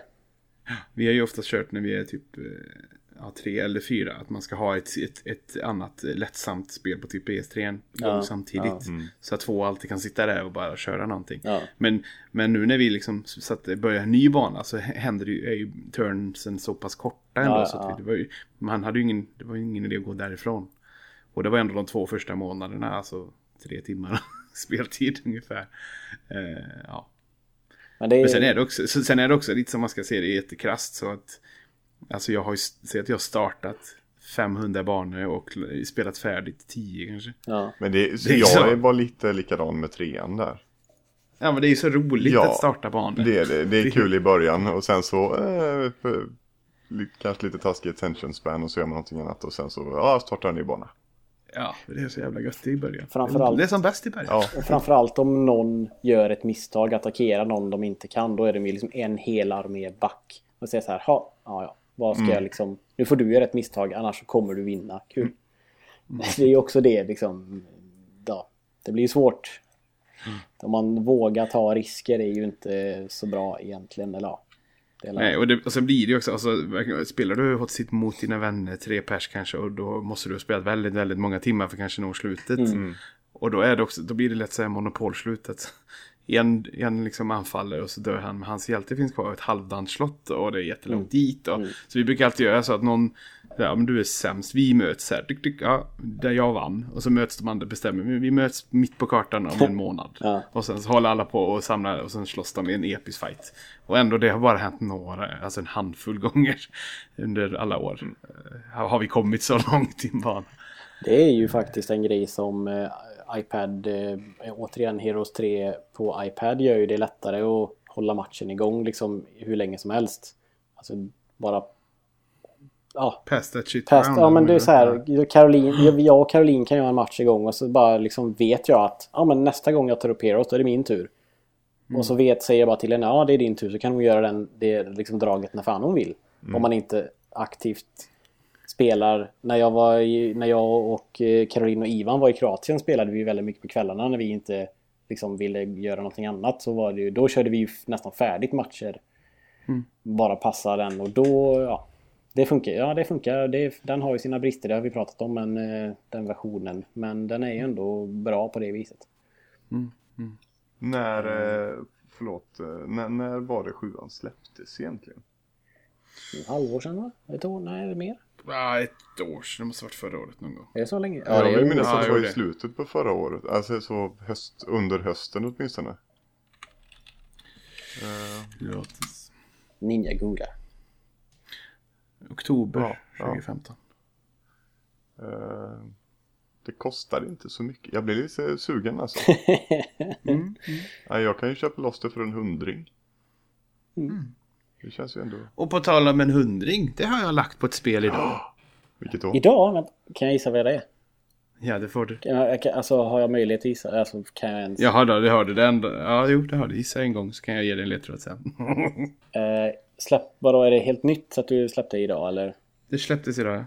Vi har ju oftast kört när vi är typ ja, tre eller fyra. Att man ska ha ett, ett, ett annat lättsamt spel på typ P S tre ja, samtidigt. Ja. Mm. Så att två alltid kan sitta där och bara köra någonting. Ja. Men, men nu när vi liksom så att det börjar en ny bana så händer det ju, är ju turnsen så pass korta ändå. Ja, så att vi, det var ju, man hade ju ingen, det var ju ingen idé att gå därifrån. Och det var ändå de två första månaderna. Alltså tre timmar speltid ungefär. Uh, ja. Men, det är... Men sen är det också sen är det också lite som man ska se det jättekrasst så att alltså jag har ju sett att jag har startat femhundra banor och spelat färdigt tio kanske. Ja. Men det, så det är jag så... är bara lite likadan med trean där. Ja, men det är ju så roligt ja, att starta banor. Det är det. Det är kul i början och sen så eh, för, kanske lite taskig attention span och så gör man någonting annat och sen så ja, startar en ny bana. Ja, det är så jävla gött i början. Framförallt, det är som bäst i början. Ja. Och framförallt om någon gör ett misstag, attackerar någon de inte kan, då är det liksom en hel armé back. Och säger så här, ja, ja, vad ska mm. jag liksom, nu får du göra ett misstag, annars så kommer du vinna. Kul. Mm. Det är ju också det liksom, ja, det blir ju svårt. Mm. Om man vågar ta risker är ju inte så bra egentligen. Eller, ja, det är Nej, och, det, och sen blir det ju också, alltså, spelar du hot sitt mot dina vänner, tre pers kanske, och då måste du ha spelat väldigt, väldigt många timmar för kanske nå slutet. Mm. Och då är det också, då blir det lätt så här monopolslutet. En, en liksom anfaller och så dör han, men hans hjälte finns kvar ett halvdant slott och det är jättelångt mm. dit. Och, mm. Så vi brukar alltid göra så att någon, ja men du är sämst, vi möts här, dyk, dyk, ja, där jag vann. Och så möts de andra, bestämmer, men vi möts mitt på kartan om en månad. Ja. Och sen så håller alla på och samlar och sen slåss de i en episk fight. Och ändå det har bara hänt några, alltså en handfull gånger under alla år. Mm. Har vi kommit så långt i en bana. Det är ju faktiskt en grej som eh, iPad, eh, återigen Heroes tre på iPad gör ju det lättare att hålla matchen igång liksom hur länge som helst. Alltså bara ja, pass that shit pass, ja men det är så här, Caroline, jag och Caroline kan göra en match igång och så bara liksom vet jag att ja men nästa gång jag tar upp Heroes då är det min tur. Mm. Och så vet, säger jag bara till henne, ja det är din tur, så kan hon göra den, det liksom draget när fan hon vill. Mm. Om man inte aktivt spelar. När jag var i, när jag och Caroline och Ivan var i Kroatien spelade vi väldigt mycket på kvällarna när vi inte liksom ville göra någonting annat, så var det ju, då körde vi ju nästan färdigt matcher. Mm. Bara passa den och då ja, det funkar. Ja, det funkar. Det, den har ju sina brister, det har vi pratat om, men den versionen, men den är ju ändå bra på det viset. Mm. Mm. När förlåt, när, när var det sjuan släpptes egentligen? Ett halvår sedan va? Ett år? Nej, är det mer? Ja, ett år sedan. Det måste ha varit förra året någon gång. Är det så länge? Ja, det är jag minns att det var i slutet på förra året. Alltså så höst, under hösten åtminstone. Uh, Ninja Googla. Oktober ja, tjugo femton. Ja. Uh, det kostar inte så mycket. Jag blir lite sugen alltså. mm. Mm. Ja, jag kan ju köpa loss det för en hundring. Mm. Det känns ju ändå... Och på tal om en hundring, det har jag lagt på ett spel idag. Oh, vilket då? Idag? Men, kan jag gissa vad det är? Ja, det får du. Kan jag, kan, alltså, har jag möjlighet att gissa? Alltså, kan jag ens... Jaha, då, det har du. Det enda... Ja, jo, det har du. Gissa en gång så kan jag ge dig en ledtråd sen. eh, släpp, vadå, är det helt nytt så att du släppte idag, eller? Det släpptes idag, ja.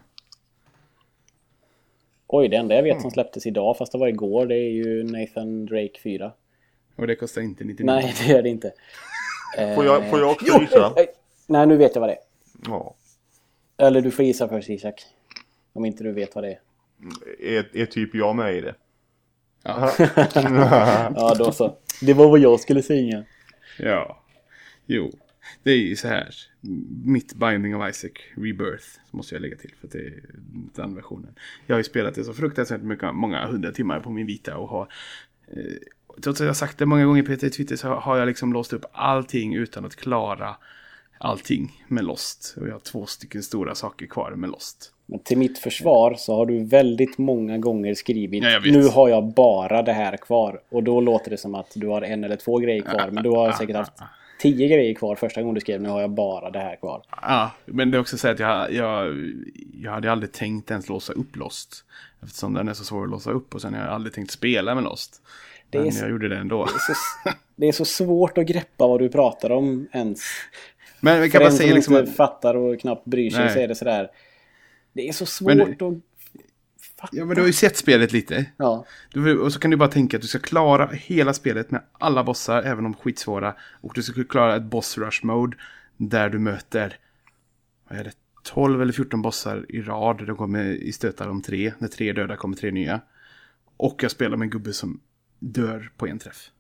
Oj, det enda jag vet som släpptes idag, fast det var igår, det är ju Nathan Drake fyra. Och det kostar inte nittionio. Nej, det gör det inte. Får jag, får jag också gissa? Jo, nej, nu vet jag vad det är. Ja. Eller du får gissa först, Isak. Om inte du vet vad det är. Är, är typ jag med i det? Ja. Ja, då så. Det var vad jag skulle säga. Ja. Jo. Det är ju så här. Mitt Binding of Isaac Rebirth måste jag lägga till för att det är den versionen. Jag har ju spelat det så fruktansvärt mycket, många hundra timmar på min Vita och har... Eh, trots att jag har sagt det många gånger på Twitter så har jag liksom låst upp allting utan att klara allting med Lost. Och jag har två stycken stora saker kvar med Lost. Men till mitt försvar så har du väldigt många gånger skrivit ja, nu har jag bara det här kvar. Och då låter det som att du har en eller två grejer kvar. Men du har säkert haft tio grejer kvar första gången du skrev nu har jag bara det här kvar. Ja, men det är också så att jag, jag, jag hade aldrig tänkt ens låsa upp Lost. Eftersom den är så svår att låsa upp och sen har jag aldrig tänkt spela med Lost. Men jag så, gjorde det ändå. Det är, så, det är så svårt att greppa vad du pratar om ens. Men vi kan bara säga liksom inte att... fattar och knappt bryr sig, så är det sådär. Det är så svårt du... att fatta. Ja, men du har ju sett spelet lite. Ja. Du, och så kan du bara tänka att du ska klara hela spelet med alla bossar, även om skitsvåra. Och du ska klara ett boss rush mode där du möter vad är det, tolv eller fjorton bossar i rad. De kommer i stötar om tre. När tre är döda kommer tre nya. Och jag spelar med en gubbe som dör på en träff.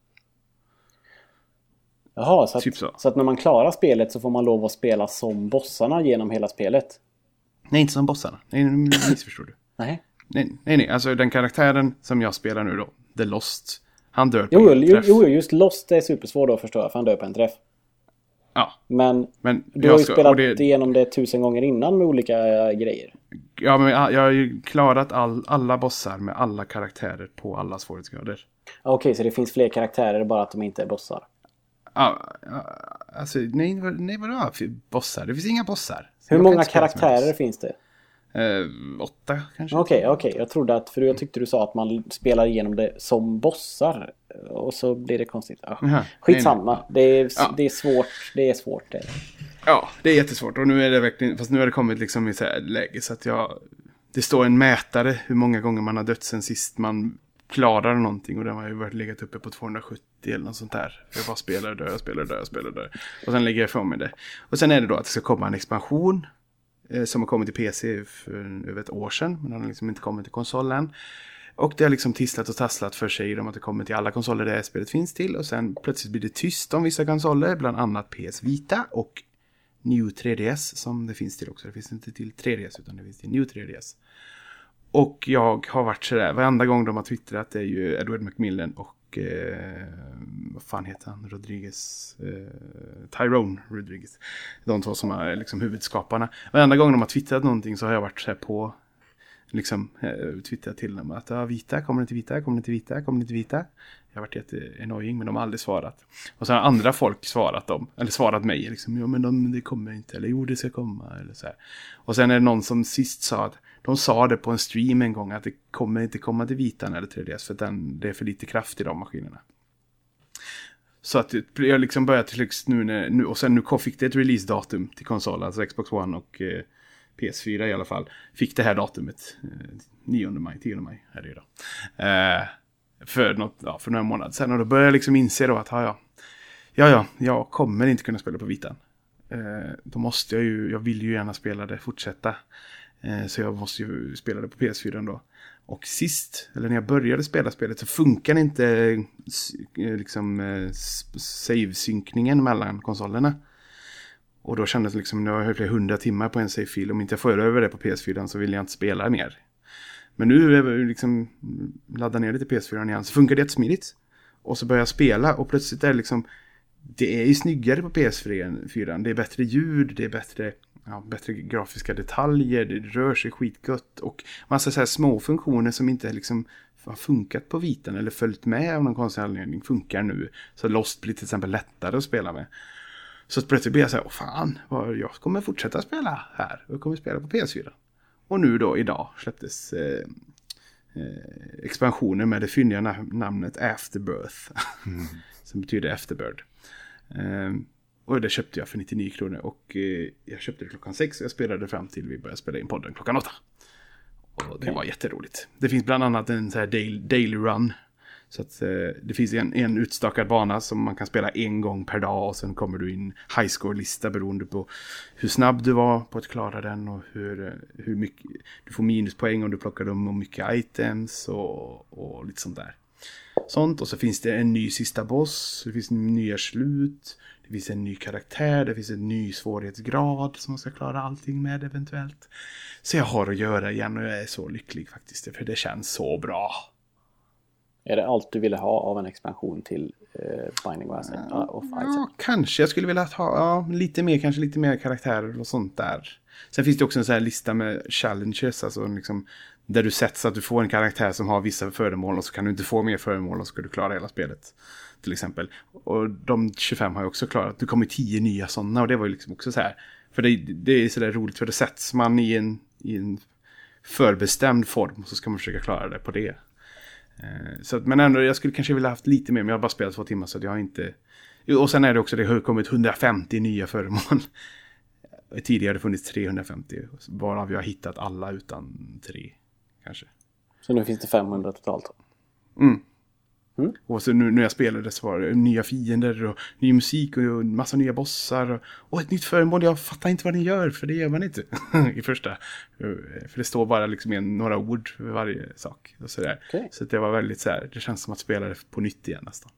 Jaha, så att, typ så. så att när man klarar spelet så får man lov att spela som bossarna genom hela spelet? Nej, inte som bossarna. Nej, nu missförstår du. Nej. Nej, nej, nej. Alltså den karaktären som jag spelar nu då, The Lost, han dör på jo, en jo, träff. Jo, just Lost är supersvår då att förstå, för han dör på en träff. Ja. Men, men du har ju ska, spelat det, igenom det tusen gånger innan med olika grejer. Ja, men jag, jag har ju klarat all, alla bossar med alla karaktärer på alla svårighetsgrader. Okej, okay, så det finns fler karaktärer, bara att de inte är bossar. Ja, alltså nej, nej vadå? Bossar? Det finns inga bossar. Hur många karaktärer finns det? Uh, åtta kanske. Okej, okay, okej. Okay. Jag trodde att, för jag tyckte du sa att man spelar igenom det som bossar. Och så blir det konstigt. Ja. Jaha, skitsamma. nej, nej. Det, är, ja. det är svårt. Det är svårt. Det. Ja, det är jättesvårt. Och nu är det verkligen, fast nu har det kommit liksom i så här läge så att jag, det står en mätare hur många gånger man har dött sen sist man klarade någonting och den har ju varit legat uppe på tvåhundrasjuttio eller något sånt där. Jag bara spelar där, jag spelar där, jag spelar där. Och sen lägger jag ifrån mig det. Och sen är det då att det ska komma en expansion eh, som har kommit till P C för över ett år sedan. Men den har liksom inte kommit till konsolen. Och det har liksom tisslat och tasslat för sig om att det kommer till alla konsoler där spelet finns till. Och sen plötsligt blir det tyst om vissa konsoler, bland annat P S Vita och New tre D S som det finns till också. Det finns inte till tre D S utan det finns till New tre D S. Och jag har varit sådär, varenda gång de har twittrat, det är ju Edward Macmillan och eh, vad fan heter han? Rodriguez eh, Tyrone Rodriguez. De två som är liksom huvudskaparna. Varenda gång de har twittrat någonting så har jag varit så här på liksom eh, twittrat till dem att ja, Vita, kommer det till Vita, kommer det till Vita, kommer det till Vita. Jag har varit jätteannoying men de har aldrig svarat. Och så har andra folk svarat dem, eller svarat mig liksom, jo men de, det kommer inte, eller jo det ska komma, eller så här. Och sen är det någon som sist sa att de sa det på en stream en gång att det kommer inte komma till Vitan eller tre D S för den, det är för lite kraft i de maskinerna. Så att jag liksom började till nu, när, nu och sen nu fick det ett release-datum till konsolen, alltså Xbox One och eh, P S fyra i alla fall. Fick det här datumet eh, nionde maj, tionde maj är det ju då. Eh, för, något, ja, för några månader sedan och då började jag liksom inse då att ja, ja, ja, ja jag kommer inte kunna spela på Vitan. Eh, då måste jag ju, jag vill ju gärna spela det, fortsätta. Så jag måste ju spela det på P S fyra då. Och sist, eller när jag började spela spelet så funkar inte liksom save-synkningen mellan konsolerna. Och då kändes det liksom, nu har jag flera hundra timmar på en save-fil. Om inte jag får över det på P S fyra så vill jag inte spela mer. Men nu är jag liksom ladda ner det till P S fyra igen så funkar det jättesmidigt. Och så börjar jag spela och plötsligt är det liksom, det är ju snyggare på P S fyra. Det är bättre ljud, det är bättre... Ja, bättre grafiska detaljer, det rör sig skitgött och massa så här små funktioner som inte liksom har funkat på Vitan eller följt med av någon konstig anledning funkar nu. Så Lost blir till exempel lättare att spela med. Så plötsligt blir jag så här, åh fan, jag kommer fortsätta spela här. Jag kommer spela på P S fyra. Och nu då, idag, släpptes eh, eh, expansionen med det fyndiga namnet Afterbirth. Mm. Som betyder Afterbird. Eh, Och det köpte jag för nittionio kronor och eh, jag köpte det klockan sex och jag spelade fram till vi började spela in podden klockan åtta. Och det var jätteroligt. Det finns bland annat en så här daily, daily run. Så att eh, det finns en, en utstakad bana som man kan spela en gång per dag och sen kommer du in high score-lista beroende på hur snabb du var på att klara den och hur, hur mycket du får minuspoäng om du plockar dem och mycket items och, och lite sånt där. Sånt och så finns det en ny sista boss, det finns nya slut. Det finns en ny karaktär, det finns en ny svårighetsgrad som man ska klara allting med eventuellt. Så jag har att göra igen och jag är så lycklig faktiskt, för det känns så bra. Är det allt du ville ha av en expansion till uh, Binding of Isaac? Ja, ja, kanske. Jag skulle vilja ha ja, lite mer, kanske lite mer karaktärer och sånt där. Sen finns det också en sån här lista med challenges, alltså liksom, där du sätts att du får en karaktär som har vissa föremål och så kan du inte få mer föremål och så ska du klara hela spelet. Till exempel. Och de tjugofem har jag också klarat. Det kommer tio nya sådana och det var ju liksom också så här. För det, det är sådär roligt för det sätts man i en, i en förbestämd form och så ska man försöka klara det på det. Eh, så att, men ändå, jag skulle kanske vilja haft lite mer men jag har bara spelat två timmar så att jag har inte... Och sen är det också, det har kommit hundrafemtio nya föremål. Tidigare har det funnits trehundrafemtio. Varav jag har hittat alla utan tre kanske. Så nu finns det femhundra totalt? Mm. Mm. Och så nu när jag spelade så var det nya fiender och ny musik och en massa nya bossar och, och ett nytt föremål. Jag fattar inte vad den gör för det gör man inte i första. För det står bara liksom en, några ord för varje sak. Och så där. Okay. Så det var väldigt så här, det känns som att spela det på nytt igen nästan.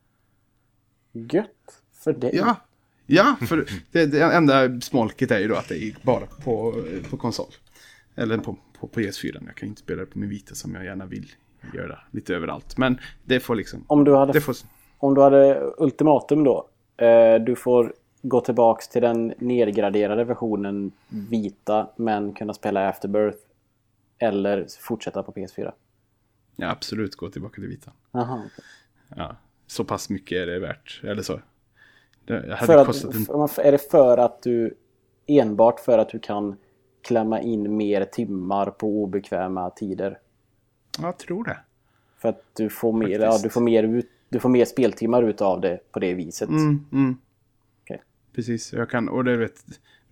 Gött för dig. Ja, ja för det, det enda smolket är ju då att det är bara på, på konsol. Eller på, på P S fyra. Jag kan inte spela det på min Vita som jag gärna vill göra lite överallt. Men det får liksom... Om du hade, det får... om du hade ultimatum då. Eh, du får gå tillbaks till den nedgraderade versionen Vita men kunna spela Afterbirth. Eller fortsätta på P S fyra. Ja, absolut gå tillbaka till Vita. Aha, okay. Ja, så pass mycket är det värt. Eller så. Det hade för att, kostat en... Är det för att du enbart för att du kan klämma in mer timmar på obekväma tider? Jag tror det. För att du får mer, ja, du får mer ut, du får mer speltimmar ut av det på det viset. Mm, mm. Okay. Precis, jag kan och det vet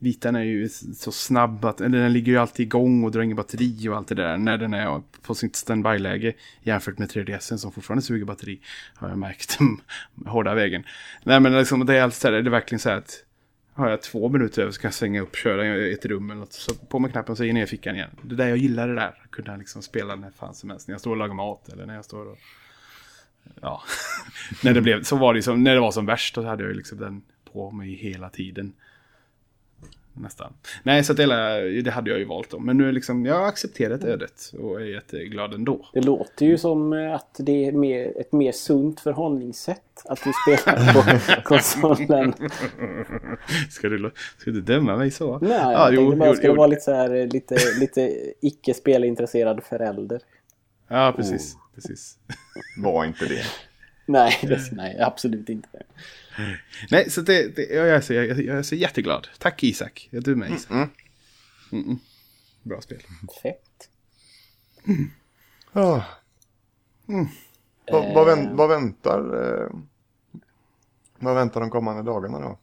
Vitan är ju så snabb att eller den ligger ju alltid igång och drar ingen batteri och allt det där när den är på sitt standby-läge jämfört med tre D S som fortfarande suger batteri har jag märkt hårda vägen. Nej men liksom, det är alltid så här, det är verkligen så här att har jag två minuter över så kan jag svänga upp, köra i ett rum eller något, så på med knappen så är jag ner i fickan igen. Det där jag gillar det där, kunde jag liksom spela när fan som helst, när jag står och lagar mat eller när jag står och ja, när det blev, så var det som, när det var som värst så hade jag ju liksom den på mig hela tiden. Nästan. Nej, så att det, det hade jag ju valt om. Men nu liksom, jag har accepterat ödet och är jätteglad ändå. Det låter ju som att det är mer, ett mer sunt förhållningssätt att du spelar på konsolen. Ska du, ska du döma mig så? Nej, jag ah, tänkte jo, bara jo, ska jo. det vara lite så här, lite, lite icke-spelintresserad förälder. Ja, precis. Oh. precis. Var inte det. Nej, det, nej, absolut inte. Nej, så det, det, jag, är så, jag, jag är så jätteglad. Tack Isak. Jag du med Isak. Mm, mm. Mm, bra spel. Fett. Mm. Oh. Mm. Va, vad, vänt, vad väntar eh, vad väntar de kommande dagarna då?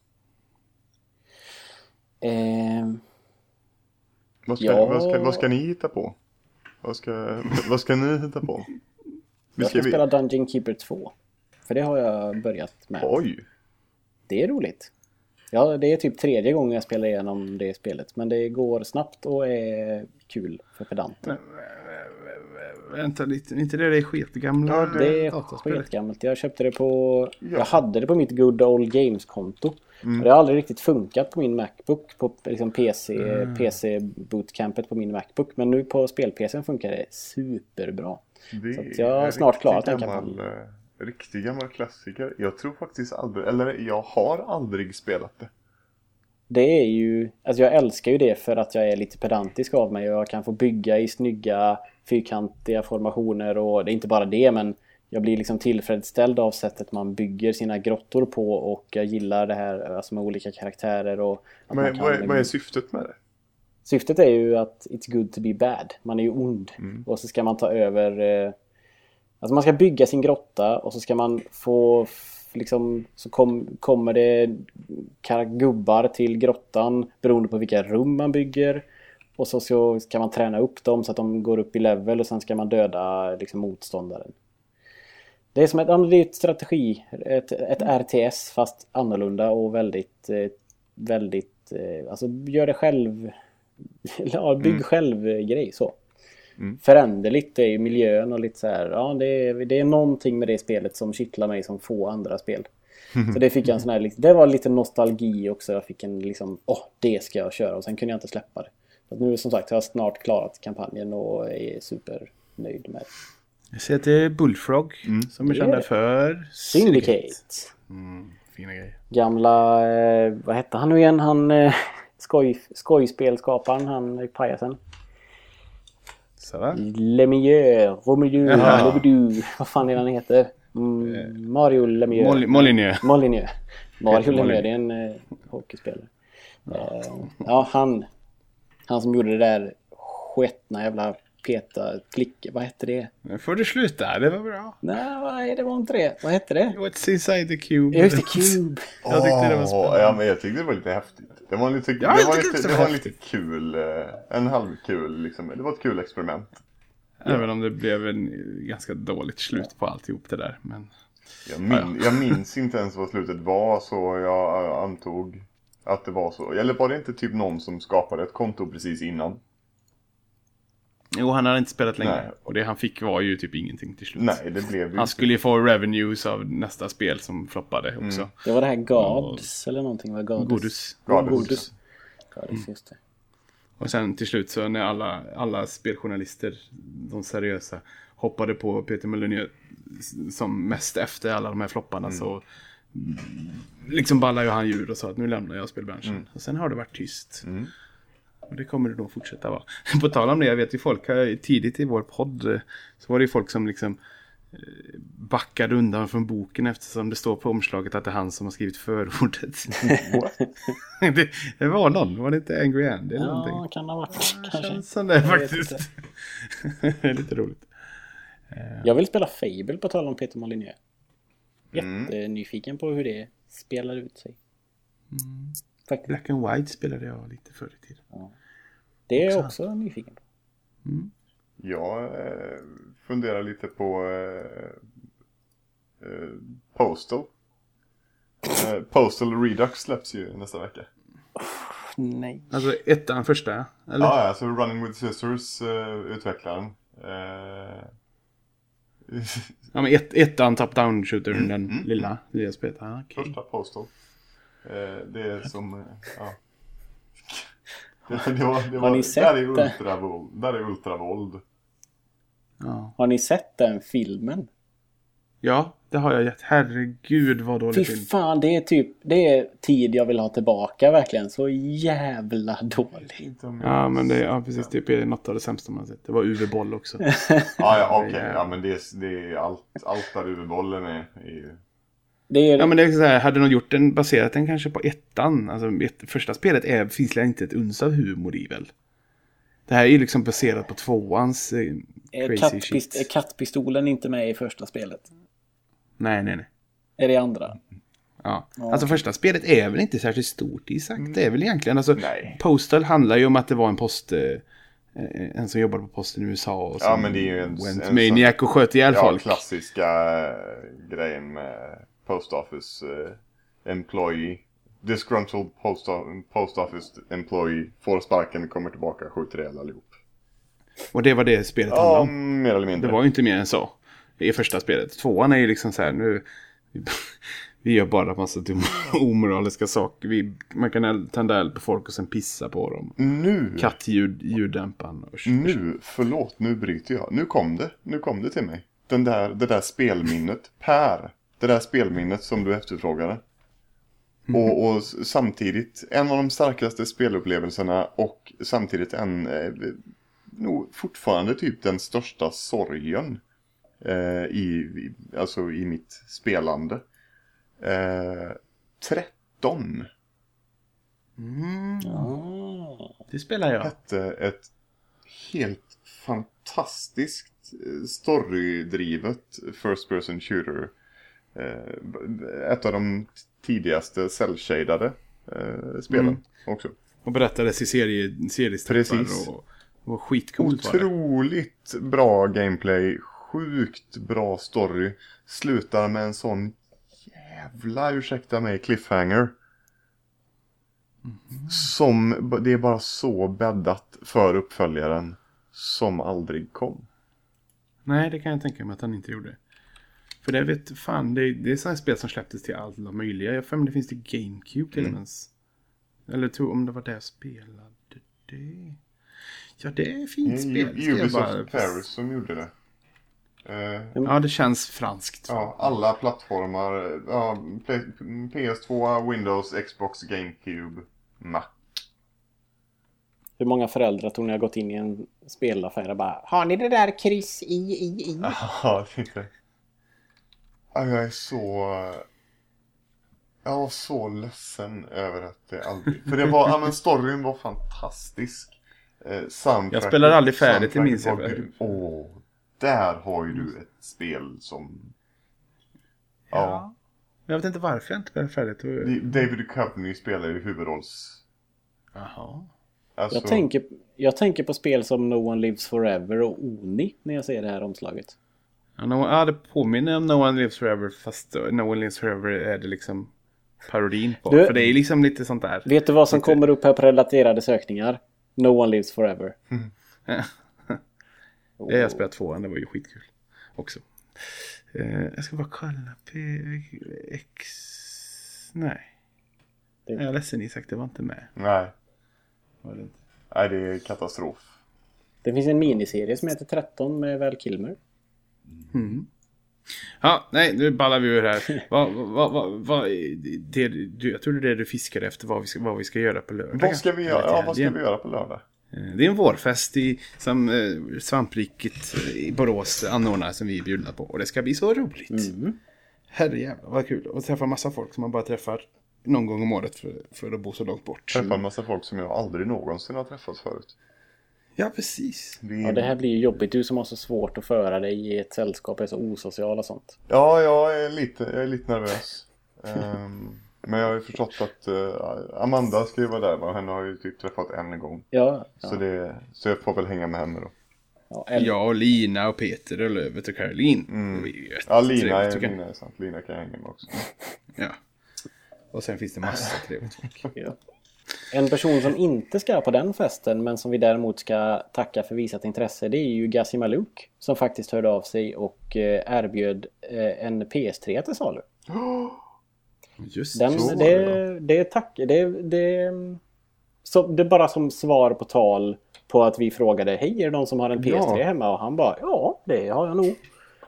Eh, vad, ska, ja. vad, ska, vad ska ni hitta på? Vad ska, vad ska ni hitta på? Vi ska, jag ska spela Dungeon Keeper två. För det har jag börjat med. Oj! Det är roligt. Ja, det är typ tredje gången jag spelar igenom det spelet. Men det går snabbt och är kul för pedanten. Vänta lite, inte det är skitgamla? Ja, det är skitgammalt. Jag köpte det på... Ja. Jag hade det på mitt Good Old Games-konto. Mm. Det har aldrig riktigt funkat på min Macbook. På liksom P C, mm. P C-bootcampet på min Macbook. Men nu på spel-P C:n funkar det superbra. Det så att jag har snart klarat den kampanjen. Riktig gammal klassiker. Jag tror faktiskt aldrig, eller jag har aldrig spelat det. Det är ju, alltså jag älskar ju det för att jag är lite pedantisk av mig och jag kan få bygga i snygga fyrkantiga formationer och det är inte bara det, men jag blir liksom tillfredsställd av sättet man bygger sina grottor på och jag gillar det här alltså med olika karaktärer och att men, man kan, vad, är, vad är syftet med det? Syftet är ju att it's good to be bad. Man är ju ond mm. och så ska man ta över eh, alltså man ska bygga sin grotta och så ska man få liksom, så kom, kommer det gubbar till grottan beroende på vilka rum man bygger och så, så ska man träna upp dem så att de går upp i level och sen ska man döda liksom, motståndaren. Det är som ett, det är ett strategi, ett, ett R T S fast annorlunda och väldigt väldigt, alltså gör det själv ja, bygg mm. själv grej så. Mm. Föränderligt är ju miljön och lite så här, ja det är, det är någonting med det spelet som kittlar mig som få andra spel. Mm. Så det fick jag en sån här, det var lite nostalgi också, jag fick en liksom, åh oh, det ska jag köra och sen kunde jag inte släppa det. Så nu som sagt har jag snart klarat kampanjen och är supernöjd med det. Jag ser att det är Bullfrog mm. som är kända för Syndicate. Syndicate. Mm, fina grejer. Gamla, eh, vad hette han nu igen, han eh, skoj, skojspelskaparen, han pajasen. Lemieux, Romelu, Lebedu, vad fan är han heter? Mm, Mario Lemieux. Mol- Molyneux. Molyneux. Mario Lemieux, det är en eh, hockeyspelare. Eh, ja, han han som gjorde det där sketna jävla peta klick, vad hette det? Nu får du sluta, det var bra. Nej, det var inte det. Vad hette det? What's inside the cube? Just the cube. Jag tyckte det var spännande. Ja, men jag tyckte det var lite häftigt. Det var lite, ja, det var lite, det var lite kul, en halvkul liksom. Det var ett kul experiment. Även om det blev en ganska dåligt slut på alltihop det där. Men... Jag, min, jag minns inte ens vad slutet var, så jag antog att det var så. Eller var det inte typ någon som skapade ett konto precis innan? Jo, han hade inte spelat länge. Nej. Och det han fick var ju typ ingenting till slut. Nej, det blev ju han skulle ju få revenues av nästa spel som floppade också. Mm. Det var det här Gods och... eller någonting. Var Gods? Godus. Godus. Godus. Godus, just det. Och sen till slut så när alla, alla speljournalister, de seriösa, hoppade på Peter Molyneux som mest efter alla de här flopparna mm. så liksom ballade ju han djur och sa att nu lämnar jag spelbranschen. Mm. Och sen har det varit tyst. Mm. Och det kommer det nog fortsätta vara. På tal om det, jag vet ju folk här, tidigt i vår podd så var det ju folk som liksom backade undan från boken eftersom det står på omslaget att det är han som har skrivit förordet. det, det var någon, var det inte Angry Andy eller ja, någonting? Ja, kan ha varit. Ja, kanske. Känns som det faktiskt. Det är lite roligt. Jag vill spela Fable på tal om Peter Molyneux. Jättenyfiken på hur det spelar ut sig. Mm. Faktiskt. Black and White spelade jag lite förr i tiden. Ja. Det är jag också, också nyfiken på. Mm. Jag eh, funderar lite på eh, eh, Postal. Eh, Postal Redux släpps ju nästa vecka. Nej. Alltså ettan första, eller? Ja, alltså Running with Scissors eh, utvecklaren. Eh, Ja, men ett, ettan top-down shooter, Mm, den mm, lilla, lilla spelet. Ah, okay. Första Postal. Eh, det är som... Eh, ja. det, det var, det var, Har ni sett där är det? ultravåld. Där är ultravåld. Ja. Har ni sett den filmen? Ja, det har jag gett. Herregud vad dålig Fy film. fan, det är typ det är tid jag vill ha tillbaka verkligen. Så jävla dålig. Inte om jag- Ja, men det ja, precis typ är något av det sämsta man har sett. Det var U V-boll också. Ja, ja okej. Det är- Ja, men det är, det är allt, allt där huvudbollen är, är ju... Det är Ja, men det är så här, hade de gjort den baserat den kanske på ettan. Alltså ett, första spelet är, finns det inte ett uns av humor i väl. Det här är ju liksom baserat på tvåans eh, är, crazy kattpist- är shit. kattpistolen inte med i första spelet? Nej, nej, nej. Är det andra? Ja. Ja. Alltså första spelet är väl inte särskilt stort i sagt. Det är väl egentligen, alltså Nej. Postal handlar ju om att det var en post... Eh, en som jobbade på posten i U S A och som Ja, men det är ju en- went en maniac och sköt ihjäl Ja, folk. klassiska eh, grejen med Post Office eh, employee. Disgruntled post, post Office employee får sparken, kommer tillbaka, skjuter ihjäl allihop. Och det var det spelet handlade Ja, om. mer eller mindre. Det var ju inte mer än så. I första spelet. Tvåan är ju liksom så här, nu... Vi gör bara massa dumma omoraliska saker. Vi, man kan tända eld på folk och sen pissa på dem. Nu, Kattljud, ljuddämpan. Och nu, förlåt, nu bryter jag. Nu kom det, nu kom det till mig. Den där, det där spelminnet, Per. Det där spelminnet som du efterfrågade. Och, och s- samtidigt en av de starkaste spelupplevelserna och samtidigt en, eh, nog fortfarande typ den största sorgen eh, i, i, alltså i mitt spelande. Eh, tretton Mm, Ah. det spelar jag. hette ett helt fantastiskt eh, storydrivet first person shooter. Eh, ett av de tidigaste cell-shadade eh, spelen Mm. också. Och berättades i serie, seriestrippar Precis. och, och skitcoolt var det. Otroligt bra gameplay, sjukt bra story. Slutar med en sån jävla, ursäkta mig, cliffhanger. Som, det är bara så bäddat för uppföljaren som aldrig kom. Nej, det kan jag tänka mig att han inte gjorde. För det vet fan, det, det är sådana spel som släpptes till alla möjliga. Jag för mig det finns till GameCube till och med. Eller tror om det var det jag spelade det. Ja, det är fint spel. Ska jag Ubisoft bara- Paris som gjorde det. Eh, Ja, det känns franskt. ja, alla plattformar. Ja, Play, P S två, Windows, Xbox, GameCube, Mac. Hur många föräldrar tror ni har gått in i en spelaffär och bara, har ni det där kryss i, i, i? Ja, det är ja, jag är så... Jag var så ledsen över att det aldrig... För det var, ja men storyn var fantastisk. Eh, soundtrack, Jag spelade aldrig färdigt, det soundtrack minns jag. var grym. Åh, där har ju du ett spel som... Ja. Ja. Men jag vet inte varför jag inte spelade färdigt. D- David Duchovny spelar ju huvudrolls... Jaha. Alltså, Jag tänker, jag tänker på spel som No One Lives Forever och Oni när jag ser det här omslaget. Ja, no, ja, det påminner om No One Lives Forever, fast No One Lives Forever är det liksom parodin på. Du- För det är liksom lite sånt där. Vet du vad som Lite- kommer upp här på relaterade sökningar? No One Lives Forever. Det jag spelat tvåan, det var ju skitkul också. Eh, jag ska bara kolla P X... Nej. Det- Jag är ledsen Isak, det var inte med. nej. Var det inte? Nej, det är katastrof. Det finns en miniserie som heter tretton med Val Kilmer. Mm. Ja, nej, nu ballar vi ur här. vad, vad, vad, vad, det, du, jag tror det är det du fiskar efter, vad vi ska, vad vi ska göra på lördag. Vad ska vi göra, ja, vad ska vi göra på lördag? Eh, Det är en vårfest i, som eh, Svampriket eh, i Borås anordnar som vi är bjudna på. Och det ska bli så roligt. Mm. Herrejävlar, vad kul. Och träffa massa folk som man bara träffar någon gång om året för, för att bo så långt bort. Träffa en massa folk som jag aldrig någonsin har träffat förut. Ja, precis. Vi... Ja, det här blir ju jobbigt. Du som har så svårt att föra dig i ett sällskap är så osocial och sånt. Ja, jag är lite, jag är lite nervös. um, Men jag har ju förstått att uh, Amanda ska ju vara där, och henne har ju typ träffat en gång. Ja, ja. Så, det, så jag får väl hänga med henne då. Ja, eller... Jag och Lina och Peter och Lövet och Caroline. Mm. Det är ju Ja, Lina trevligt, är, tycker jag. Lina är sant. Lina kan jag hänga med också. Ja. Och sen finns det massa trevligt folk. Ja. En person som inte ska på den festen, men som vi däremot ska tacka för visat intresse, det är ju Gassi Maluk, som faktiskt hörde av sig och eh, erbjöd eh, en P S tre till salu. Just Den, så. det, det är tack. Det, det, så, det är bara som svar på tal på att vi frågade, hej, är det någon som har en P S tre Ja. hemma? Och han bara, ja, det har jag nog.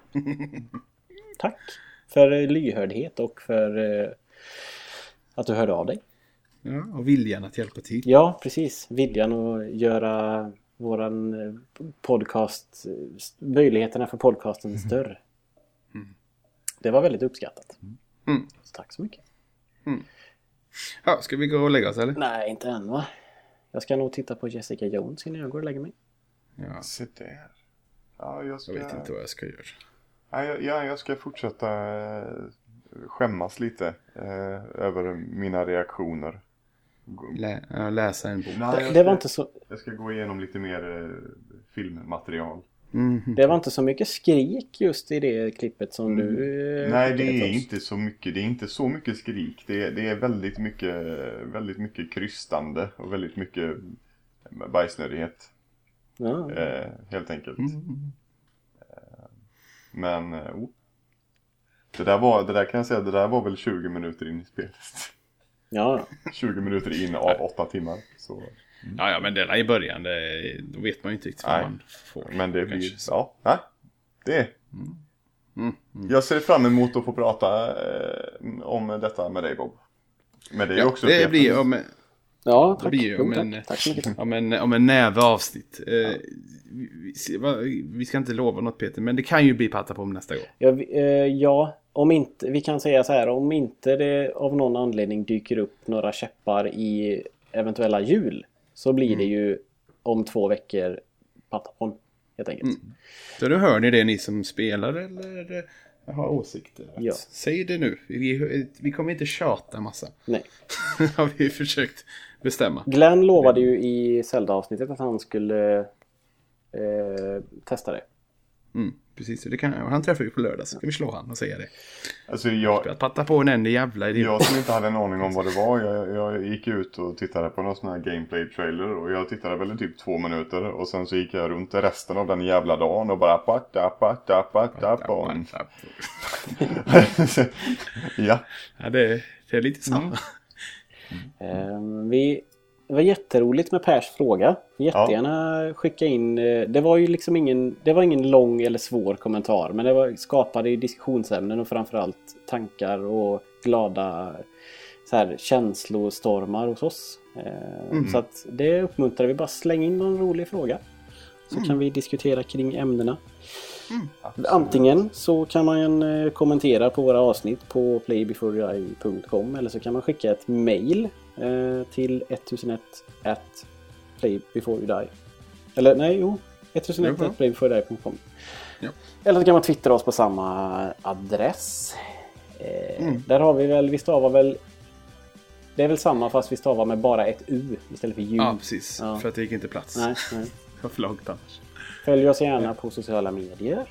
Tack för eh, lyhördhet och för eh, att du hörde av dig. Ja, och viljan att hjälpa till. Ja, precis. Viljan att göra våran eh, podcast, möjligheterna för podcasten större. Det var väldigt uppskattat. Mm. Så tack så mycket. Ja, ska vi gå och lägga oss eller? Nej, inte än va? Jag ska nog titta på Jessica Jones innan jag går och lägger mig. Ja, Se där. Ja, jag ska... jag vet inte vad jag ska göra. Ja, jag, ja, jag ska fortsätta eh, skämmas lite eh, över mina reaktioner. Lä ja, läsa en bok. Nej, Det, jag det ska- var inte så... Jag ska gå igenom lite mer eh, filmmaterial. Mm. Det var inte så mycket skrik just i det klippet som du... eh, Nej, det skickade till är oss. inte så mycket. Det är inte så mycket skrik. Det är, det är väldigt mycket väldigt mycket krystande och väldigt mycket bajsnödighet. Ja. Eh, helt enkelt. Mm. Eh, men eh, oh. det där var det där kan jag säga, det där var väl tjugo minuter in i spelet. Ja, tjugo minuter in av åtta timmar. Så. Ja, ja, men det är i början. Det, då vet man ju inte riktigt vad Nej. man får. Men det kanske. blir ja, nej. Det. Mm. Jag ser fram emot att få prata eh, om detta med dig, Bob. Men det är Ja, också det Peter. blir om, ja det tack. blir Jo, om, en, tack. Tack så mycket. om, en, om en näve avsnitt. Eh, vi, vi, va- vi ska inte lova något, Peter, men det kan ju bli patta på om nästa gång. Ja, vi- eh, ja, om inte, vi kan säga så här, om inte det av någon anledning dyker upp några käppar i eventuella jul, så blir det ju om två veckor Patapon, helt enkelt. Så då hör ni det, ni som spelar eller eh, har åsikter. Att Ja. Säg det nu. Vi, vi kommer inte tjata massa. Nej. Har vi försökt bestämma. Glenn lovade ju i Zelda-avsnittet att han skulle eh, testa det. Mm, precis, det kan, han träffar ju på lördag, så kan vi slå han och säga det. Alltså jag, Att patta på en enda jävla idiot. jag som inte hade en aning om vad det var, jag, jag gick ut och tittade på någon sån här gameplay-trailer och jag tittade väl i typ två minuter och sen så gick jag runt resten av den jävla dagen och bara patta, patta, patta, pon. Ja. Ja, det, det är lite samma. Eh, vi, det var jätteroligt med Pers fråga. Jättegärna skicka in. eh, Det var ju liksom ingen, det var ingen lång eller svår kommentar, men det var, skapade ju diskussionsämnen och framförallt tankar och glada så här, känslostormar hos oss. Eh, Så att det uppmuntrar vi. Bara släng in någon rolig fråga, så kan vi diskutera kring ämnena. Antingen så kan man eh, kommentera på våra avsnitt på play before you die punkt com, eller så kan man skicka ett mail eh, till tusenett at play before you die. Eller nej, jo, tusenett at play before you die punkt com. Ja. Eller så kan man twittra oss på samma adress. Eh, Där har vi väl, vi stavar väl, det är väl samma fast vi stavar med bara ett U istället för U. Ja, precis. Ja. För att det gick inte plats. Nej, nej. Det var för långt annars. Följ oss gärna på sociala medier.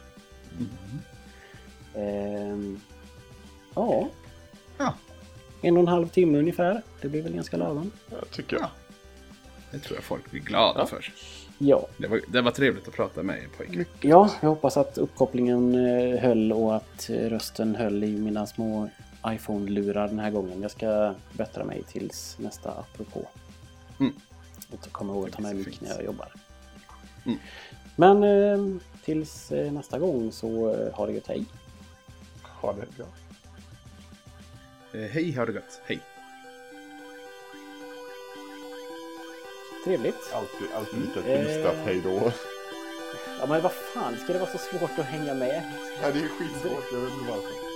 Ehm, ja. Ja. En och en halv timme ungefär. Det blir väl ganska lagom. Jag tycker jag. Det tror jag folk blir glada Ja. för. Ja. Det var, det var trevligt att prata med er pojkar. Ja, jag hoppas att uppkopplingen eh, höll och att eh, rösten höll i mina små iPhone-lurar den här gången. Jag ska bättra mig tills nästa apropå. Mm. Och så kommer jag ihåg att ta med blir så mick fint. när jag jobbar. Mm. Men eh, tills eh, nästa gång så eh, ha det gött, hej. Ha det bra. Eh, hej, ha det gott. Hej. Trevligt. Alltid, alltid lika Eh. trist att hej då. Ja, men vad fan, ska det vara så svårt att hänga med? Ja, det är skitsvårt, jag vet inte varför.